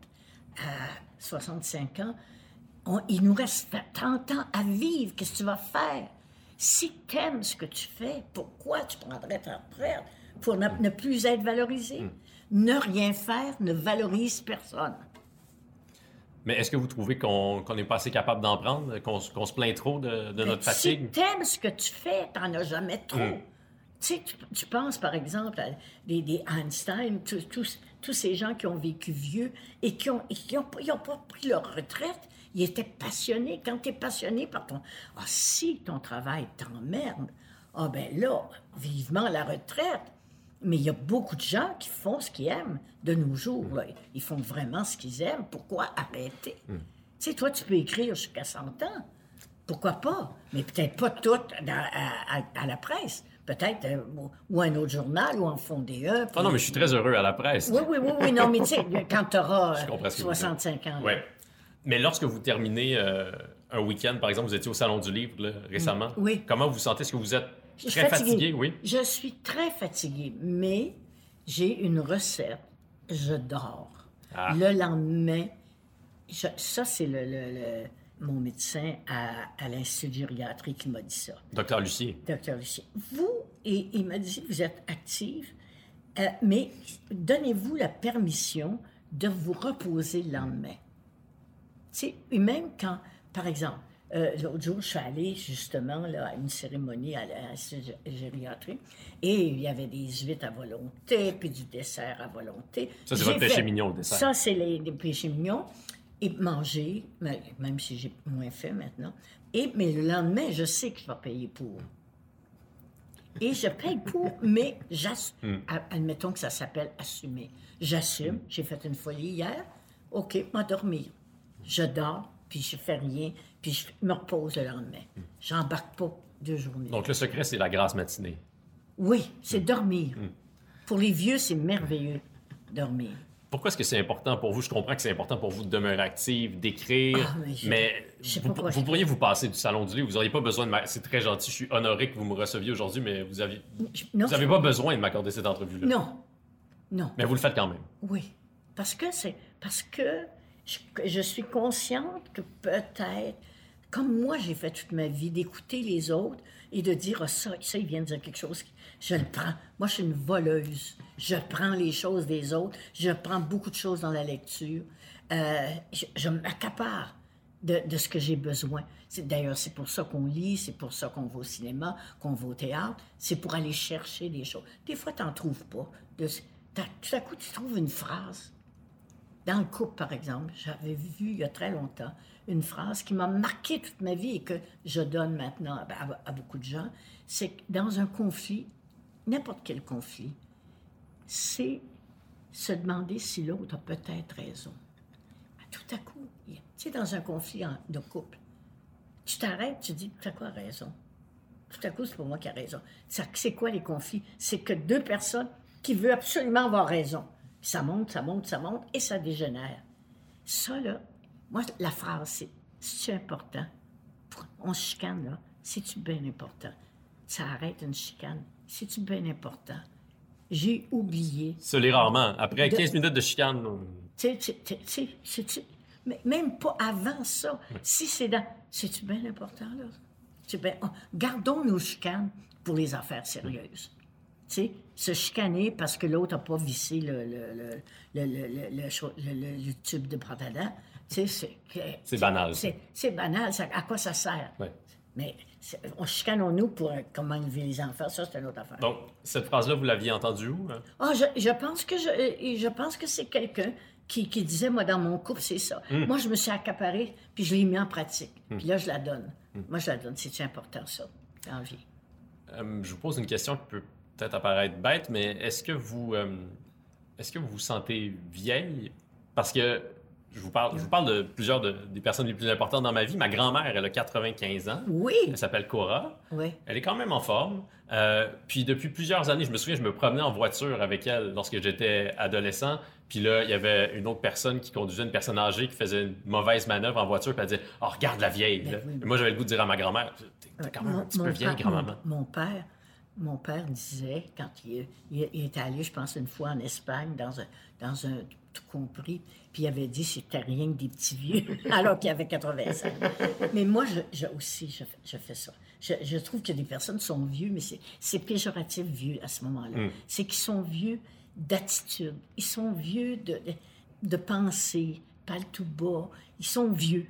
à soixante-cinq ans. On, il nous reste trente ans à vivre. Qu'est-ce que tu vas faire? Si tu aimes ce que tu fais, pourquoi tu prendrais ta retraite? Pour ne, ne plus être valorisé? Mm. Ne rien faire ne valorise personne. Mais est-ce que vous trouvez qu'on n'est pas assez capable d'en prendre, qu'on, qu'on se plaint trop de, de notre fatigue? Si t'aimes ce que tu fais, t'en as jamais trop. Mm. Tu sais, tu, tu penses, par exemple, à des, des Einstein, tous, tous, tous ces gens qui ont vécu vieux et qui n'ont qui ont, ils ont pas pris leur retraite. Ils étaient passionnés. Quand tu es passionné par ton... Ah, si ton travail t'emmerde, ah ben là, vivement la retraite. Mais il y a beaucoup de gens qui font ce qu'ils aiment de nos jours. Là. Ils font vraiment ce qu'ils aiment. Pourquoi arrêter? Mm. Tu sais, toi, tu peux écrire jusqu'à cent ans. Pourquoi pas? Mais peut-être pas tout dans, à, à, à la presse. Peut-être, euh, ou un autre journal, ou en fonder un. Ah non, mais je suis très heureux à la presse. Oui, oui, oui, oui. Non, mais tu sais, quand tu auras euh, soixante-cinq ans. Oui. Mais lorsque vous terminez euh, un week-end, par exemple, vous étiez au Salon du Livre là, récemment. Oui. Comment vous vous sentez? Est-ce que vous êtes Je très fatiguée. fatigué? Oui. Je suis très fatiguée, mais j'ai une recette. Je dors. Ah. Le lendemain, je, ça, c'est le, le, le, mon médecin à, à l'Institut de gériatrie qui m'a dit ça. Docteur Lucier. Docteur Lucier. Vous, et il m'a dit, vous êtes active, euh, mais donnez-vous la permission de vous reposer le lendemain. Tu sais, et même quand, par exemple, Euh, l'autre jour, je suis allée justement là, à une cérémonie à la gériatrie et il y avait des huîtres à volonté, puis du dessert à volonté. Ça, c'est j'ai votre péché fait... mignon, le dessert. Ça, c'est les, les péchés mignons. Et manger, même si j'ai moins fait maintenant. Et, mais le lendemain, je sais que je vais payer pour. Et je paye pour, mais j'assume. Mm. Admettons que ça s'appelle assumer. J'assume. Mm. J'ai fait une folie hier. OK, m'endormir. Je dors, puis je fais rien, puis je me repose le lendemain. Mm. J'embarque pas deux journées. Donc, le secret, c'est la grasse matinée. Oui, c'est mm. dormir. Mm. Pour les vieux, c'est merveilleux, dormir. pourquoi est-ce que c'est important pour vous? Je comprends que c'est important pour vous de demeurer active, d'écrire, Ah, mais je- mais je sais vous, pas pourquoi vous je- pourriez vous passer du salon du livre. Vous n'auriez pas besoin de... ma- C'est très gentil, je suis honoré que vous me receviez aujourd'hui, mais vous avez... Je- non, Vous n'avez pas besoin de m'accorder cette entrevue-là. Non. Non. Mais vous le faites quand même. Oui. Parce que c'est. Parce que je, je suis consciente que peut-être, comme moi j'ai fait toute ma vie, d'écouter les autres et de dire ah, ça, ça, il vient de dire quelque chose, je le prends. Moi, je suis une voleuse. Je prends les choses des autres. Je prends beaucoup de choses dans la lecture. Euh, je je m'accapare de, de ce que j'ai besoin. C'est, d'ailleurs, c'est pour ça qu'on lit, c'est pour ça qu'on va au cinéma, qu'on va au théâtre. C'est pour aller chercher des choses. Des fois, tu n'en trouves pas. De, t'as- tout à coup, tu trouves une phrase. Dans le couple, par exemple, j'avais vu il y a très longtemps une phrase qui m'a marqué toute ma vie et que je donne maintenant à, à- à beaucoup de gens. C'est que dans un conflit, n'importe quel conflit, c'est se demander si l'autre a peut-être raison. Tout à coup, tu sais, dans un conflit en- de couple, tu t'arrêtes, tu dis, tu as quoi raison? Tout à coup, c'est pas moi qui ai raison. Ça- C'est quoi les conflits? C'est que deux personnes qui veulent absolument avoir raison. Ça monte, ça monte, ça monte, et ça dégénère. Ça, là, moi, la phrase, c'est « c'est important? On se chicane, là. C'est-tu bien important? Ça arrête une chicane. C'est-tu bien important? J'ai oublié. Ça l'est rarement. Après De- quinze minutes de chicane, on- Tu sais, tu sais, tu sais, c'est-tu- mais même pas avant ça. Si c'est dans... C'est-tu bien important, là? C'est bien... oh, gardons nos chicanes pour les affaires sérieuses. Tu sais, se chicaner parce que l'autre n'a pas vissé le, le, le, le, le, le, le cho- le- le- le tube de Pratadin, tu sais, c'est... que- C'est banal, ça. C'est, c'est banal. Ça- à quoi ça sert? Ouais. Mais c'est- on chicanons-nous pour euh, comment élever les enfants. Ça, c'est une autre affaire. Donc, cette phrase-là, vous l'aviez entendue où? hein? Ah, je, je pense que je, euh, je pense que c'est quelqu'un qui, qui disait, moi, dans mon couple, c'est ça. Moi, je me suis accaparée, puis je l'ai mis en pratique. Puis là, je la donne. Moi, je la donne. C'est important, ça, dans la vie. Euh, je vous pose une question qui peut peut-être apparaître bête, mais est-ce que vous euh, est-ce que vous vous sentez vieille? Parce que je vous parle, je vous parle de plusieurs de- des personnes les plus importantes dans ma vie. Ma grand-mère, elle a quatre-vingt-quinze ans. Oui, Elle s'appelle Cora. oui. Elle est quand même en forme. Euh, puis depuis plusieurs années, je me souviens, je me promenais en voiture avec elle lorsque j'étais adolescent. Puis là, il y avait une autre personne qui conduisait, une personne âgée qui faisait une mauvaise manœuvre en voiture. Puis elle disait « Oh, regarde la vieille! Ben là. oui, mais- Moi, j'avais le goût de dire à ma grand-mère « T'es t'es quand même un petit peu vieille, père, grand-maman. mon, mon père, mon père disait, quand il, il, il était allé, je pense, une fois en Espagne, dans un, dans un tout compris, puis il avait dit c'était rien que des petits vieux, alors qu'il avait quatre-vingt-cinq. Mais moi, je, je- aussi, je, fais- je fais ça. Je, je trouve que des personnes sont vieux, mais c'est, c'est péjoratif vieux à ce moment-là. C'est qu'ils sont vieux d'attitude. Ils sont vieux de, de, de pensée, pas le tout bas. Ils sont vieux.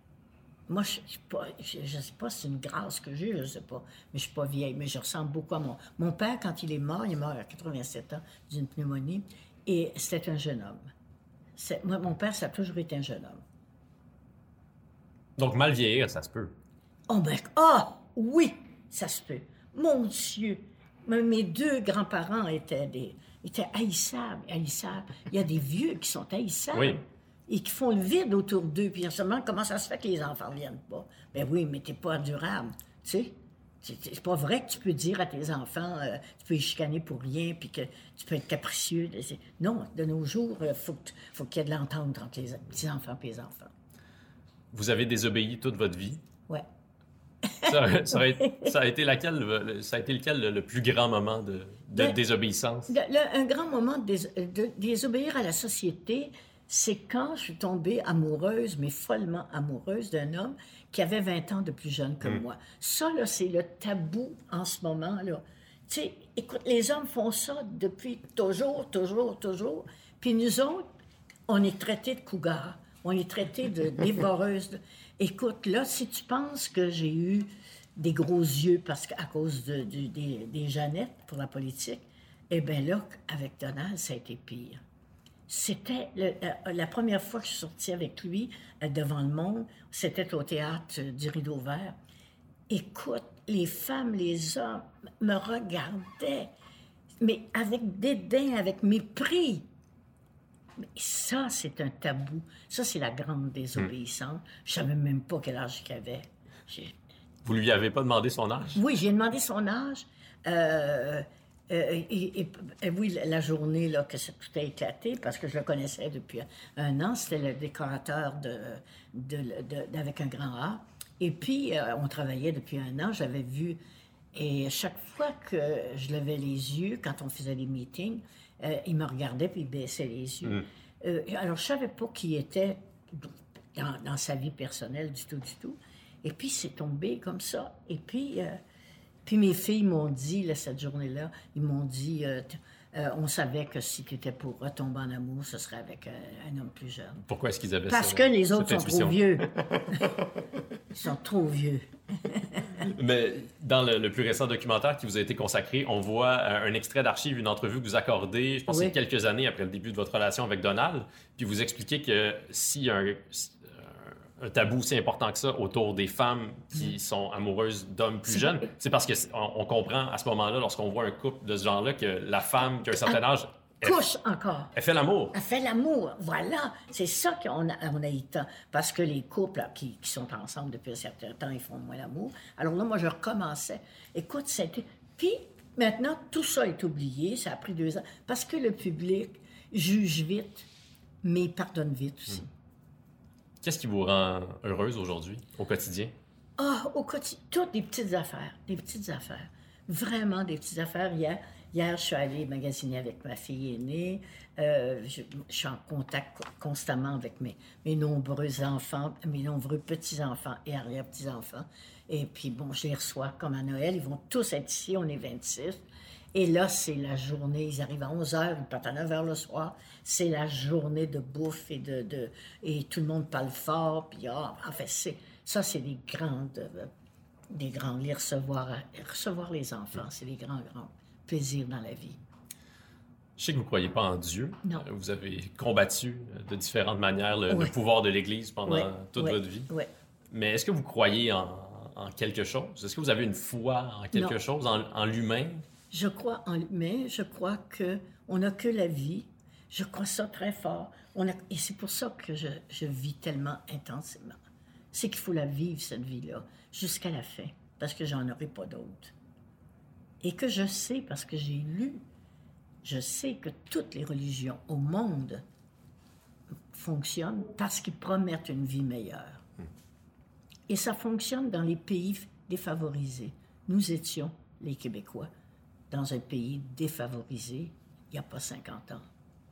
Moi, je ne sais pas, je, je sais pas si c'est une grâce que j'ai, je ne sais pas, mais je suis pas vieille, mais je ressemble beaucoup à mon... Mon père, quand il est mort, il est mort à quatre-vingt-sept ans d'une pneumonie, et c'était un jeune homme. C'est- moi, mon père, ça a toujours été un jeune homme. Donc, mal vieillir, ça se peut. Oh ben, ah, oui, ça se peut. Mon Dieu, mes mes deux grands-parents étaient des, étaient haïssables, haïssables. Il y a des vieux qui sont haïssables. Oui. Et qui font le vide autour d'eux, puis seulement comment ça se fait que les enfants ne viennent pas? Ben oui, mais t'es pas endurable, tu sais. C'est c'est pas vrai que tu peux dire à tes enfants, euh, tu peux les chicaner pour rien, puis que tu peux être capricieux. C'est- Non, de nos jours, il faut, que- faut qu'il y ait de l'entente entre les petits-enfants et les enfants. Vous avez désobéi toute votre vie. Ouais. Ça, ça a, été- ça a été laquelle, le- ça a été lequel le, le plus grand moment de, de Ben, désobéissance? Le- le- un grand moment de, dés- de désobéir à la société, c'est quand je suis tombée amoureuse, mais follement amoureuse, d'un homme qui avait vingt ans de plus jeune que moi. Ça, là, c'est le tabou en ce moment, là. Tu sais, écoute, les hommes font ça depuis toujours, toujours, toujours. Puis nous autres, on est traités de cougars. On est traités de dévoreuses. de- Écoute, là, si tu penses que j'ai eu des gros yeux parce qu'à cause de, du- des, des Jeannettes pour la politique, eh bien là, avec Donald, ça a été pire. C'était le- la, la première fois que je suis sortie avec lui euh, devant le monde, c'était au théâtre euh, du Rideau Vert. Écoute, les femmes, les hommes me regardaient, mais avec dédain, avec mépris. Mais ça, c'est un tabou. Ça, c'est la grande désobéissance. Je ne savais même pas quel âge qu'il avait. J'ai- Vous lui avez pas demandé son âge? Oui, j'ai demandé son âge. Euh, Euh, et, et- et oui, la la journée là, que ça- tout a éclaté, parce que je le connaissais depuis un an, c'était le décorateur de, de, de- d'Avec un grand A. Et puis, euh, on travaillait depuis un an, j'avais vu, et chaque fois que je levais les yeux, quand on faisait des meetings, euh, il me regardait puis il baissait les yeux. Euh, alors, je ne savais pas qui il était dans, dans sa vie personnelle du tout, du tout. Et puis, c'est tombé comme ça. Et puis... euh, puis mes filles m'ont dit, là, cette journée-là, ils m'ont dit, euh, t- euh, on savait que si tu étais pour retomber en amour, ce serait avec euh, un homme plus jeune. Pourquoi est-ce qu'ils avaient Parce ça, que les autres cette sont intuition? trop vieux. Ils sont trop vieux. Mais dans le, le plus récent documentaire qui vous a été consacré, on voit euh, un extrait d'archive, une entrevue que vous accordez, je pense Oui. que c'est quelques années après le début de votre relation avec Donald, puis vous expliquez que s'il y a un, un tabou si important que ça autour des femmes qui sont amoureuses d'hommes plus C'est- jeunes, c'est parce qu'on on comprend à ce moment-là, lorsqu'on voit un couple de ce genre-là, que la femme qui a un certain âge, elle, Couche encore. elle fait l'amour. Elle fait l'amour. Voilà. C'est ça qu'on a, on a eu tant. Parce que les couples là, qui, qui sont ensemble depuis un certain temps, ils font moins l'amour. Alors là, moi, je recommençais. Écoute, c'était... Puis, maintenant, tout ça est oublié. Ça a pris deux ans. Parce que le public juge vite, mais pardonne vite aussi. Qu'est-ce qui vous rend heureuse aujourd'hui, au quotidien? Ah, au quotidien, toutes des petites affaires, des petites affaires. Vraiment des petites affaires. Hier, hier je suis allée magasiner avec ma fille aînée. Euh, je, je suis en contact co- constamment avec mes, mes nombreux enfants, mes nombreux petits-enfants et arrière-petits-enfants. Et puis, bon, je les reçois comme à Noël. Ils vont tous être ici, on est vingt-six. Et là, c'est la journée, ils arrivent à onze heures, ils partent à neuf heures le soir. C'est la journée de bouffe et de... de et tout le monde parle fort. Puis, ah, en fait, c'est, ça, c'est des grandes... euh, des grands... Les recevoir, recevoir les enfants, c'est des grands, grands plaisirs dans la vie. Je sais que vous ne croyez pas en Dieu. Non. Euh, Vous avez combattu euh, de différentes manières le, le Oui. pouvoir de l'Église pendant Ouais, toute ouais, votre vie. ouais. Mais est-ce que vous croyez en, en quelque chose? Est-ce que vous avez une foi en quelque Non. chose, en, en l'humain? Je crois en mais je crois que on n'a que la vie. Je crois ça très fort. On a, et c'est pour ça que je, je vis tellement intensément. C'est qu'il faut la vivre, cette vie-là, jusqu'à la fin, parce que j'en aurai pas d'autre. Et que je sais, parce que j'ai lu, je sais que toutes les religions au monde fonctionnent parce qu'ils promettent une vie meilleure. Et ça fonctionne dans les pays défavorisés. Nous étions, les Québécois, dans un pays défavorisé il n'y a pas cinquante ans.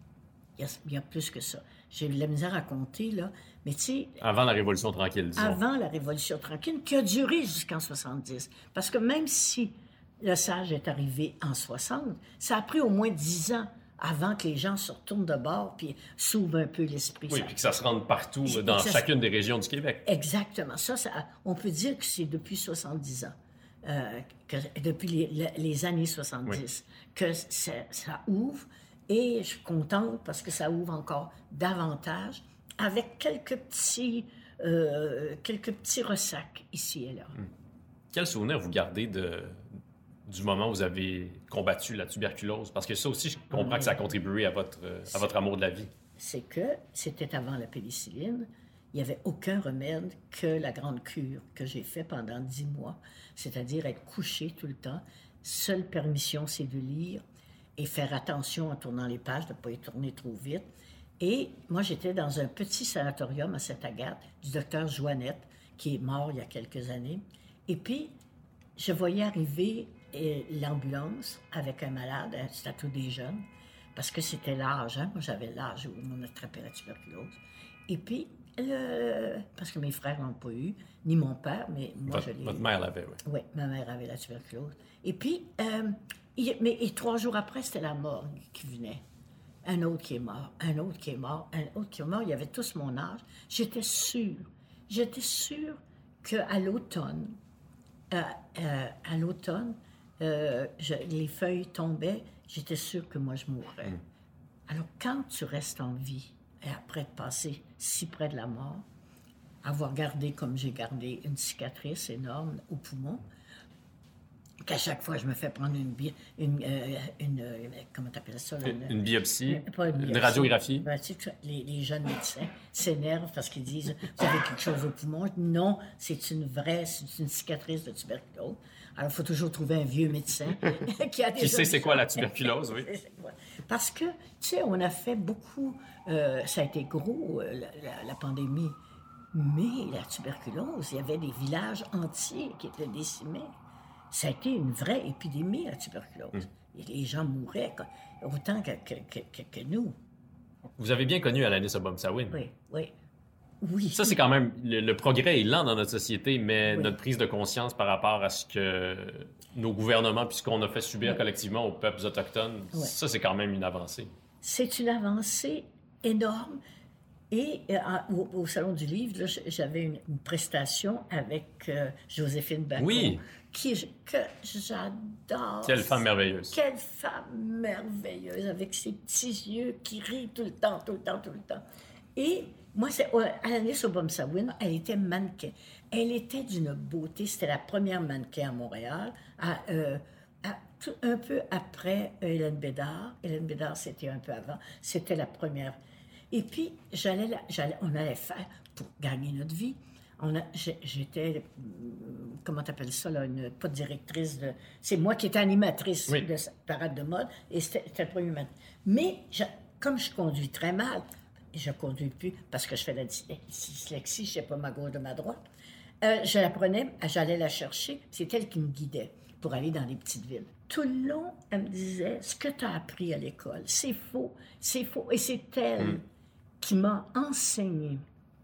Il y a, il y a plus que ça. J'ai eu de la misère à compter, là. Mais tu sais, Avant la Révolution tranquille, disons. avant la Révolution tranquille, qui a duré jusqu'en soixante-dix. Parce que même si le sage est arrivé en soixante, ça a pris au moins dix ans avant que les gens se retournent de bord puis s'ouvrent un peu l'esprit. Oui, Ça- puis que ça se rende partout, Et dans que ça se- chacune des régions du Québec. Exactement. Ça, ça, on peut dire que c'est depuis soixante-dix ans, euh, que, depuis les, les- les années soixante-dix, que ça, ça ouvre. Et je suis contente parce que ça ouvre encore davantage, avec quelques petits, euh, quelques petits ressacs ici et là. Quel souvenir vous gardez de, du moment où vous avez combattu la tuberculose? Parce que ça aussi, je comprends que ça a contribué à votre, à votre amour de la vie. C'est que c'était avant la pénicilline. Il n'y avait aucun remède que la grande cure que j'ai fait pendant dix mois, c'est-à-dire être couché tout le temps. Seule permission, c'est de lire et faire attention en tournant les pages, de ne pas y tourner trop vite. Et moi, j'étais dans un petit sanatorium à Sainte-Agathe du docteur Joannette, qui est mort il y a quelques années. Et puis, je voyais arriver euh, l'ambulance avec un malade, hein, c'était tous des jeunes, parce que c'était l'âge, hein? Moi j'avais l'âge où on attrapait la tuberculose. Et puis, le... parce que mes frères n'ont pas eu, ni mon père, mais moi Votre, je l'ai votre eu. mère l'avait, oui. Oui, ma mère avait la tuberculose. Et puis, euh, il- mais, et trois jours après, c'était la morgue qui venait. Un autre qui est mort, un autre qui est mort, un autre qui est mort. Ils avaient tous mon âge. J'étais sûre, j'étais sûre qu'à l'automne, euh, euh, à l'automne, euh, je- les feuilles tombaient, j'étais sûre que moi, je mourrais. Alors, quand tu restes en vie, et après de passer si près de la mort, avoir gardé, comme j'ai gardé, une cicatrice énorme au poumon, qu'à chaque fois, je me fais prendre une... bi- une, euh, une euh, comment t'appelles ça? Là, Une, une biopsie, Euh, pas une une biopsie. radiographie. Ben, tu sais, les, les jeunes médecins s'énervent parce qu'ils disent « Vous avez quelque chose au poumon? » Non, c'est une vraie, c'est une cicatrice de tuberculose. Alors, il faut toujours trouver un vieux médecin qui a des Qui sait c'est quoi la solutions. tuberculose, oui. C'est quoi. Parce que, tu sais, on a fait beaucoup... euh, ça a été gros, euh, la, la- la pandémie. Mais la tuberculose, il y avait des villages entiers qui étaient décimés. Ça a été une vraie épidémie, la tuberculose. Et les gens mouraient quoi, autant que, que, que, que- que nous. Vous avez bien connu Alanis Obomsawin. Oui, oui. Oui. Ça, c'est quand même... Le, le progrès est lent dans notre société, mais Oui. notre prise de conscience par rapport à ce que nos gouvernements, puis ce qu'on a fait subir Oui. collectivement aux peuples autochtones, Oui. ça, c'est quand même une avancée. C'est une avancée énorme. Et euh, à- au, au Salon du Livre, là, j'avais une, une prestation avec euh, Joséphine Bacot, Oui. qui, que j'adore. Quelle femme merveilleuse. Quelle femme merveilleuse, avec ses petits yeux qui rient tout le temps, tout le temps, tout le temps. Et moi, c'est ouais, Alanis Obomsawin, elle était mannequin. Elle était d'une beauté. C'était la première mannequin à Montréal, à, euh, à- tout- un peu après Hélène Bédard. Hélène Bédard, c'était un peu avant. C'était la première. Et puis, j'allais, la- j'allais, on allait faire, pour gagner notre vie, on a, j'ai- j'étais, hum, comment t'appelles ça, là, une, pas directrice de... C'est moi qui étais animatrice Oui. de cette parade de mode, et c'était, c'était le premier matin. Mais, je- comme je conduis très mal, je ne conduis plus parce que je fais la dys- dyslexie, je ne sais pas ma gauche de ma droite, euh, je la prenais, j'allais la chercher, c'est elle qui me guidait pour aller dans les petites villes. Tout le long, elle me disait, ce que tu as appris à l'école, c'est faux, c'est faux. Et c'est elle qui m'a enseigné.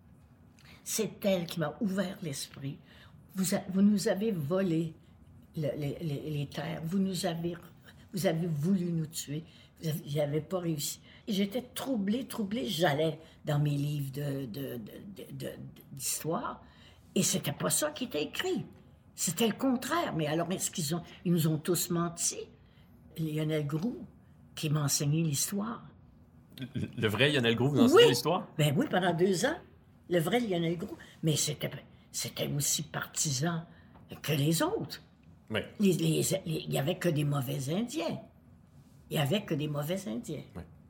C'est elle qui m'a ouvert l'esprit. Vous, a- vous nous avez volé le- les, les- les terres. Vous nous avez, vous avez voulu nous tuer. Vous n'avez pas réussi. Et j'étais troublée, troublée. J'allais dans mes livres de, de- de- de- de- d'histoire et c'était pas ça qui était écrit. C'était le contraire. Mais alors, est-ce qu'ils ont, ils nous ont tous menti? Lionel Groux, qui m'a enseigné l'histoire. Le- Le vrai Lionel Groux, vous enseignez Oui. l'histoire? Ben oui, pendant deux ans, le vrai Lionel Groux. Mais c'était, c'était aussi partisan que les autres. Oui. Les- les- les- Il n'y avait que des mauvais Indiens. Il n'y avait que des mauvais Indiens.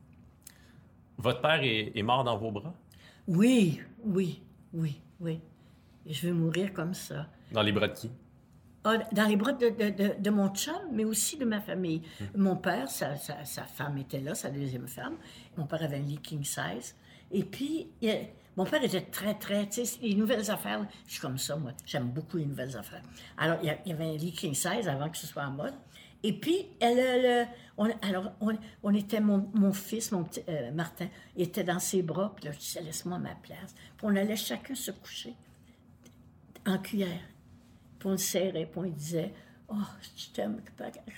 Votre père est, est mort dans vos bras? Oui, oui, oui, oui. Et je veux mourir comme ça. Dans les bras de qui? Ah, dans les bras de, de- de- de mon chum, mais aussi de ma famille. Mon père, sa, sa- sa femme était là, sa deuxième femme. Mon père avait un lit king size. Et puis, il- mon père était très, très... Tu sais, les nouvelles affaires, je suis comme ça, moi. J'aime beaucoup les nouvelles affaires. Alors, il y a- il y avait un lit king size avant que ce soit en mode. Et puis, elle, elle, on, alors, on, on était, mon, mon fils, mon petit euh, Martin, il était dans ses bras. Puis là, je disais, laisse-moi ma place. Puis on allait chacun se coucher en cuillère. Puis on le serrait, puis on lui disait « Oh, je t'aime, grand-papa. »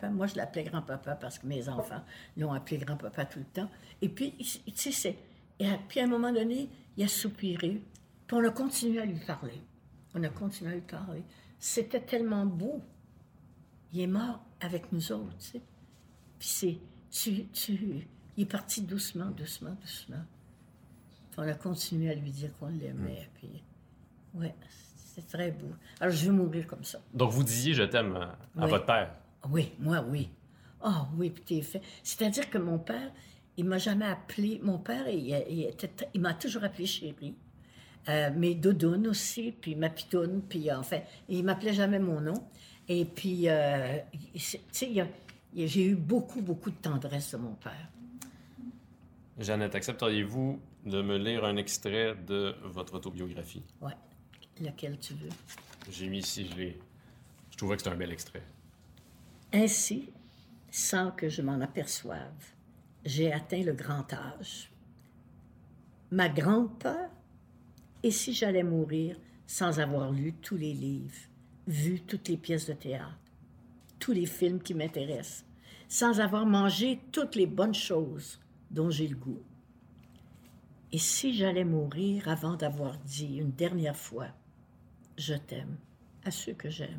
Moi, je l'appelais grand-papa parce que mes enfants l'ont appelé grand-papa tout le temps. Et puis, tu sais, c'est... Et puis, à un moment donné, il a soupiré. Puis on a continué à lui parler. On a continué à lui parler. C'était tellement beau. Il est mort avec nous autres, tu sais. Puis c'est... Tu, tu, il est parti doucement, doucement, doucement. Puis on a continué à lui dire qu'on l'aimait. Puis, ouais, c'est très beau. Alors, je veux mourir comme ça. Donc, vous disiez « je t'aime » à, à Oui. votre père. Oui, moi, oui. Ah oui, puis t'es fait. C'est-à-dire que mon père, il m'a jamais appelé... Mon père, il, il, était, il m'a toujours appelé chérie. Euh, mes doudounes aussi, puis ma pitoune, puis euh, enfin, il m'appelait jamais mon nom. Et puis, euh, tu sais, il y a- il y a- j'ai eu beaucoup, beaucoup de tendresse de mon père. Jeannette, accepteriez-vous de me lire un extrait de votre autobiographie? Ouais, lequel tu veux. J'ai mis ici, je l'ai... Je trouvais que c'était un bel extrait. Ainsi, sans que je m'en aperçoive, j'ai atteint le grand âge. Ma grande peur, et si j'allais mourir sans avoir lu tous les livres, vu toutes les pièces de théâtre, tous les films qui m'intéressent, sans avoir mangé toutes les bonnes choses dont j'ai le goût. Et si j'allais mourir avant d'avoir dit une dernière fois « Je t'aime » à ceux que j'aime.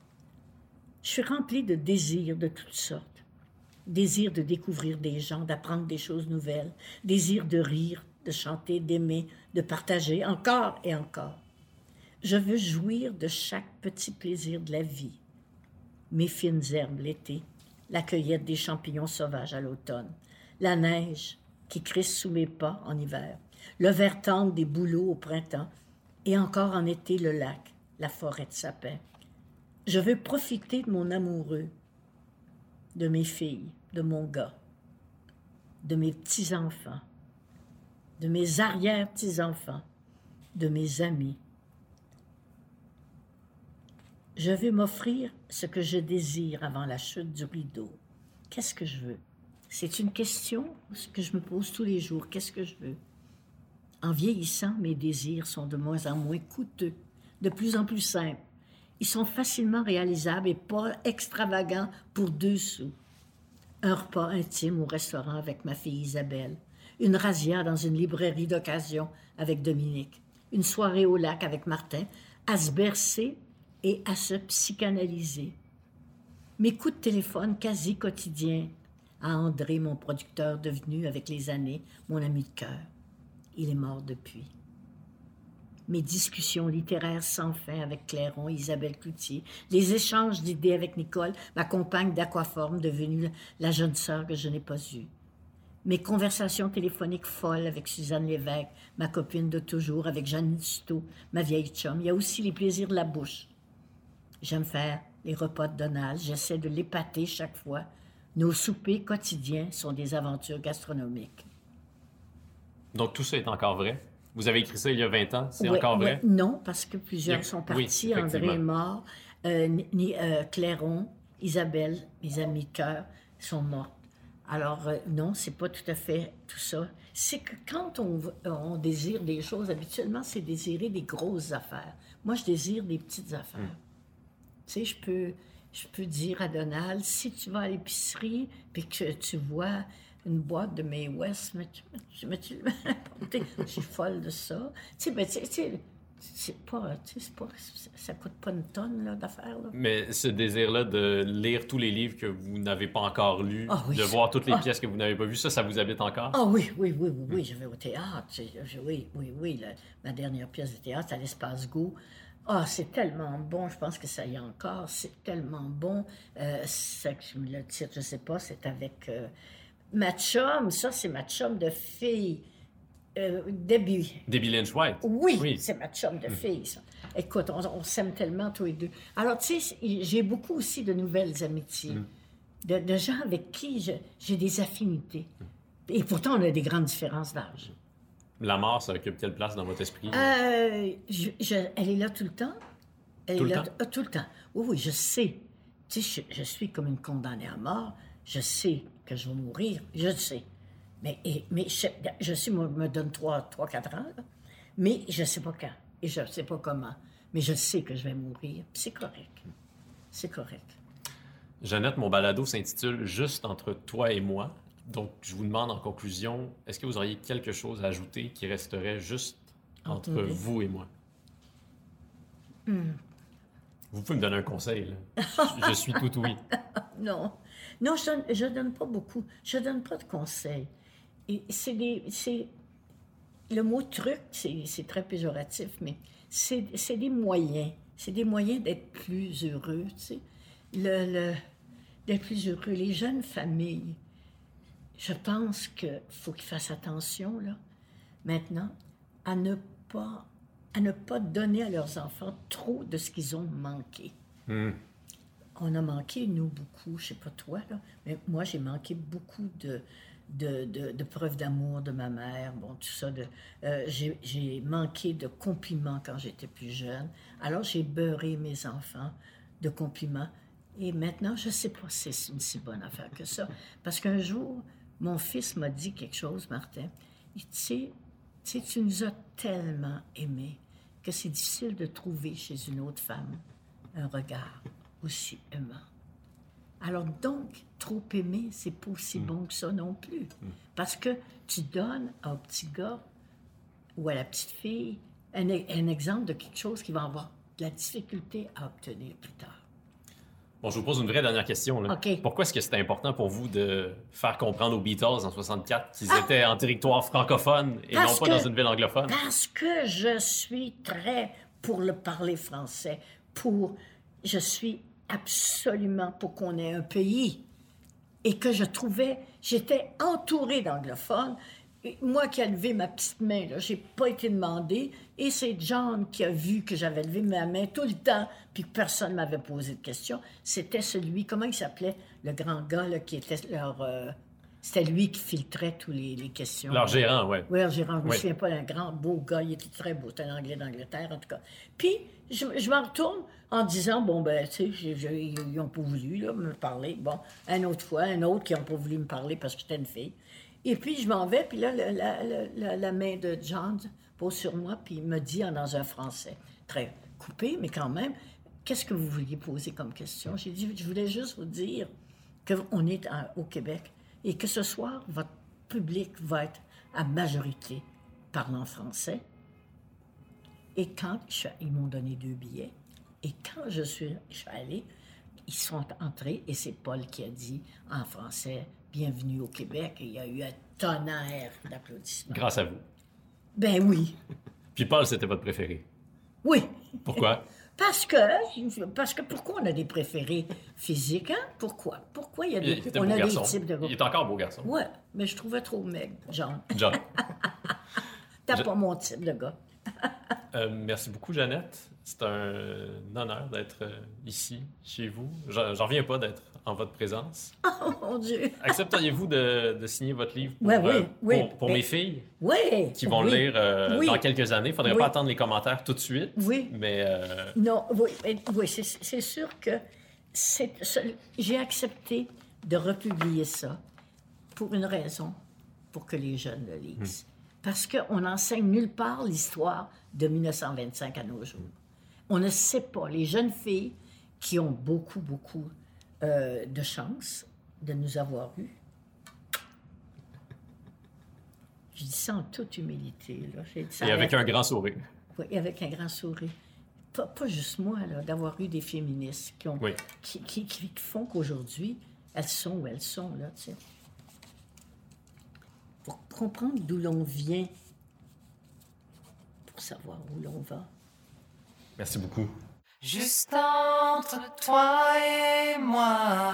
Je suis remplie de désirs de toutes sortes. Désir de découvrir des gens, d'apprendre des choses nouvelles. Désir de rire, de chanter, d'aimer, de partager, encore et encore. Je veux jouir de chaque petit plaisir de la vie. mes fines herbes l'été, la cueillette des champignons sauvages à l'automne, la neige qui crisse sous mes pas en hiver, le vert tendre des bouleaux au printemps, et encore en été le lac, la forêt de sapins. Je veux profiter de mon amoureux, de mes filles, de mon gars, de mes petits-enfants, de mes arrière-petits-enfants, de mes amis. Je veux m'offrir ce que je désire avant la chute du rideau. Qu'est-ce que je veux? C'est une question que je me pose tous les jours. Qu'est-ce que je veux? En vieillissant, mes désirs sont de moins en moins coûteux, de plus en plus simples. Ils sont facilement réalisables et pas extravagants pour deux sous. Un repas intime au restaurant avec ma fille Isabelle. Une razzia dans une librairie d'occasion avec Dominique. Une soirée au lac avec Martin, à se bercer et à se psychanalyser. Mes coups de téléphone quasi quotidiens à André, mon producteur devenu avec les années mon ami de cœur. Il est mort depuis. Mes discussions littéraires sans fin avec Clairon et Isabelle Cloutier, les échanges d'idées avec Nicole, ma compagne d'aquaforme devenue la jeune sœur que je n'ai pas eue. Mes conversations téléphoniques folles avec Suzanne Lévesque, ma copine de toujours, avec Jeanne Dusteau, ma vieille chum. Il y a aussi les plaisirs de la bouche. J'aime faire les repas de Donald, j'essaie de l'épater chaque fois. Nos soupers quotidiens sont des aventures gastronomiques. Donc tout ça est encore vrai? Vous avez écrit ça il y a vingt ans, c'est Ouais, encore vrai? ouais, non, parce que plusieurs Il y a- sont oui, partis. André effectivement. est mort. Euh, ni, euh, Clairon, Isabelle, mes amis de cœur, sont mortes. Alors, euh, non, c'est pas tout à fait tout ça. C'est que quand on, v- on désire des choses, habituellement, c'est désirer des grosses affaires. Moi, je désire des petites affaires. Tu sais, je peux, je peux dire à Donald, si tu vas à l'épicerie puis que tu vois une boîte de Mae West, mais tu, tu, mais tu je suis folle de ça. Tu sais, ben, tu sais, tu sais, c'est pas, tu sais, c'est pas, ça coûte pas une tonne là, d'affaires. Là. Mais ce désir-là de lire tous les livres que vous n'avez pas encore lus, Ah oui. de voir toutes les Ah. pièces que vous n'avez pas vues, ça, ça vous habite encore? Ah oui, oui, oui, oui, oui, je vais au théâtre. tu sais, je- oui, oui, oui, la- ma dernière pièce de théâtre, c'est à l'Espace Go. Ah, c'est tellement bon, je pense que ça y est encore, c'est tellement bon. Euh, c'est- le titre, je sais pas, c'est avec euh, ma chum, ça c'est ma chum de fille, euh, Debbie. Debbie Lynch White. Oui, Oui. c'est ma chum de fille, ça. Écoute, on, on s'aime tellement tous les deux. Alors, tu sais, j'ai beaucoup aussi de nouvelles amitiés, de, de gens avec qui je- j'ai des affinités. Et pourtant, on a des grandes différences d'âge. La mort, ça occupe quelle place dans votre esprit? Euh, je- je- elle est là tout le temps. Elle Tout est le là temps? t- euh, tout le temps. Oui, oui, je sais. Tu sais, je, je suis comme une condamnée à mort. Je sais que je vais mourir. Je le sais. Mais, et- mais je, je sais, moi, me donne trois, trois, quatre ans. là. Mais je ne sais pas quand. Et je ne sais pas comment. Mais je sais que je vais mourir. Puis c'est correct. C'est correct. Jeannette, mon balado s'intitule Juste entre toi et moi. Donc, je vous demande en conclusion, est-ce que vous auriez quelque chose à ajouter qui resterait juste entre Entre nous. vous et moi? Hmm. Vous pouvez me donner un conseil, là. Je, je suis tout oui. Non. Non, je donne, je donne pas beaucoup. Je donne pas de conseils. Et c'est des... C'est... Le mot truc, c'est, c'est très péjoratif, mais c'est, c'est des moyens. C'est des moyens d'être plus heureux, tu sais. Le, le- d'être plus heureux. Les jeunes familles, je pense qu'il faut qu'ils fassent attention, là, maintenant, à ne pas, à ne pas donner à leurs enfants trop de ce qu'ils ont manqué. Hmm. On a manqué, nous, beaucoup, je sais pas toi, là, mais moi, j'ai manqué beaucoup de, de, de, de preuves d'amour de ma mère, bon, tout ça. De, euh, j'ai, j'ai manqué de compliments quand j'étais plus jeune. Alors, j'ai beurré mes enfants de compliments. Et maintenant, je sais pas si c'est une si bonne affaire que ça. Parce qu'un jour, mon fils m'a dit quelque chose, Martin. Il dit, tu sais, tu sais, tu nous as tellement aimés que c'est difficile de trouver chez une autre femme un regard aussi aimant. Alors donc, trop aimer, c'est pas aussi bon que ça non plus. Parce que tu donnes au petit gars ou à la petite fille un, un exemple de quelque chose qui va avoir de la difficulté à obtenir plus tard. Bon, je vous pose une vraie dernière question, là. OK. Pourquoi est-ce que c'était important pour vous de faire comprendre aux Beatles en soixante-quatre qu'ils étaient en territoire francophone et Parce non pas que- dans une ville anglophone? Parce que je suis très pour le parler français, pour... Je suis absolument pour qu'on ait un pays. Et que je trouvais, j'étais entourée d'anglophones. Et moi qui ai levé ma petite main, là, j'ai pas été demandée. Et c'est John qui a vu que j'avais levé ma main tout le temps, puis que personne ne m'avait posé de questions. C'était celui, comment il s'appelait, le grand gars là, qui était leur... euh, c'était lui qui filtrait toutes les, les questions. Leur gérant, oui. Oui, leur gérant. Je ne me Oui. souviens pas, un grand, beau gars. Il était très beau. C'était un Anglais d'Angleterre, en tout cas. Puis, je, je m'en retourne en disant, bon, ben, tu sais, j'ai- j'ai- ils n'ont pas voulu là, me parler. Bon, une autre fois, un autre qui n'a pas voulu me parler parce que j'étais une fille. Et puis, je m'en vais, puis là, la, la- la- la- la main de John pose sur moi, puis il me dit en- dans un français, très coupé, mais quand même, qu'est-ce que vous vouliez poser comme question? J'ai dit, je voulais juste vous dire qu'on est en- au Québec et que ce soir, votre public va être à majorité parlant français. Et quand je suis- ils m'ont donné deux billets, et quand je suis, je suis allée, ils sont entrés et c'est Paul qui a dit en français « Bienvenue au Québec » et il y a eu un tonnerre d'applaudissements. Grâce à vous. Ben oui, Puis Paul, c'était votre préféré. oui. Pourquoi? Parce que, parce que pourquoi on a des préférés physiques, hein? Pourquoi? Pourquoi il y a Il, des, il était on beau a garçon. des types de... Il est encore beau garçon. Ouais, mais je trouvais trop maigre, Jean. John. T'as Je- pas mon type de gars. Euh, merci beaucoup, Jeannette. C'est un honneur d'être euh, ici, chez vous. J'en j'en reviens pas d'être en votre présence. Oh mon Dieu! Accepteriez-vous de, de signer votre livre pour, Ouais, oui, euh, oui. pour, pour Ben- mes filles Oui! qui vont oui, le lire euh, oui. dans quelques années? Il ne faudrait Oui. pas attendre les commentaires tout de suite. Oui. Mais euh, Non, oui, mais- oui c'est, c'est sûr que c'est, c'est- j'ai accepté de republier ça pour une raison, pour que les jeunes le lisent. Parce qu'on n'enseigne nulle part l'histoire de mille neuf cent vingt-cinq à nos jours. On ne sait pas. Les jeunes filles qui ont beaucoup, beaucoup euh, de chance de nous avoir eus, je dis ça en toute humilité. Là. J'ai dit ça et avec à- un grand sourire. Oui, et avec un grand sourire. Pas, pas juste moi, là, d'avoir eu des féministes qui, ont, Oui. qui, qui, qui font qu'aujourd'hui, elles sont où elles sont, là, tu sais. Pour comprendre d'où l'on vient, pour savoir où l'on va. Merci beaucoup. Juste entre toi et moi.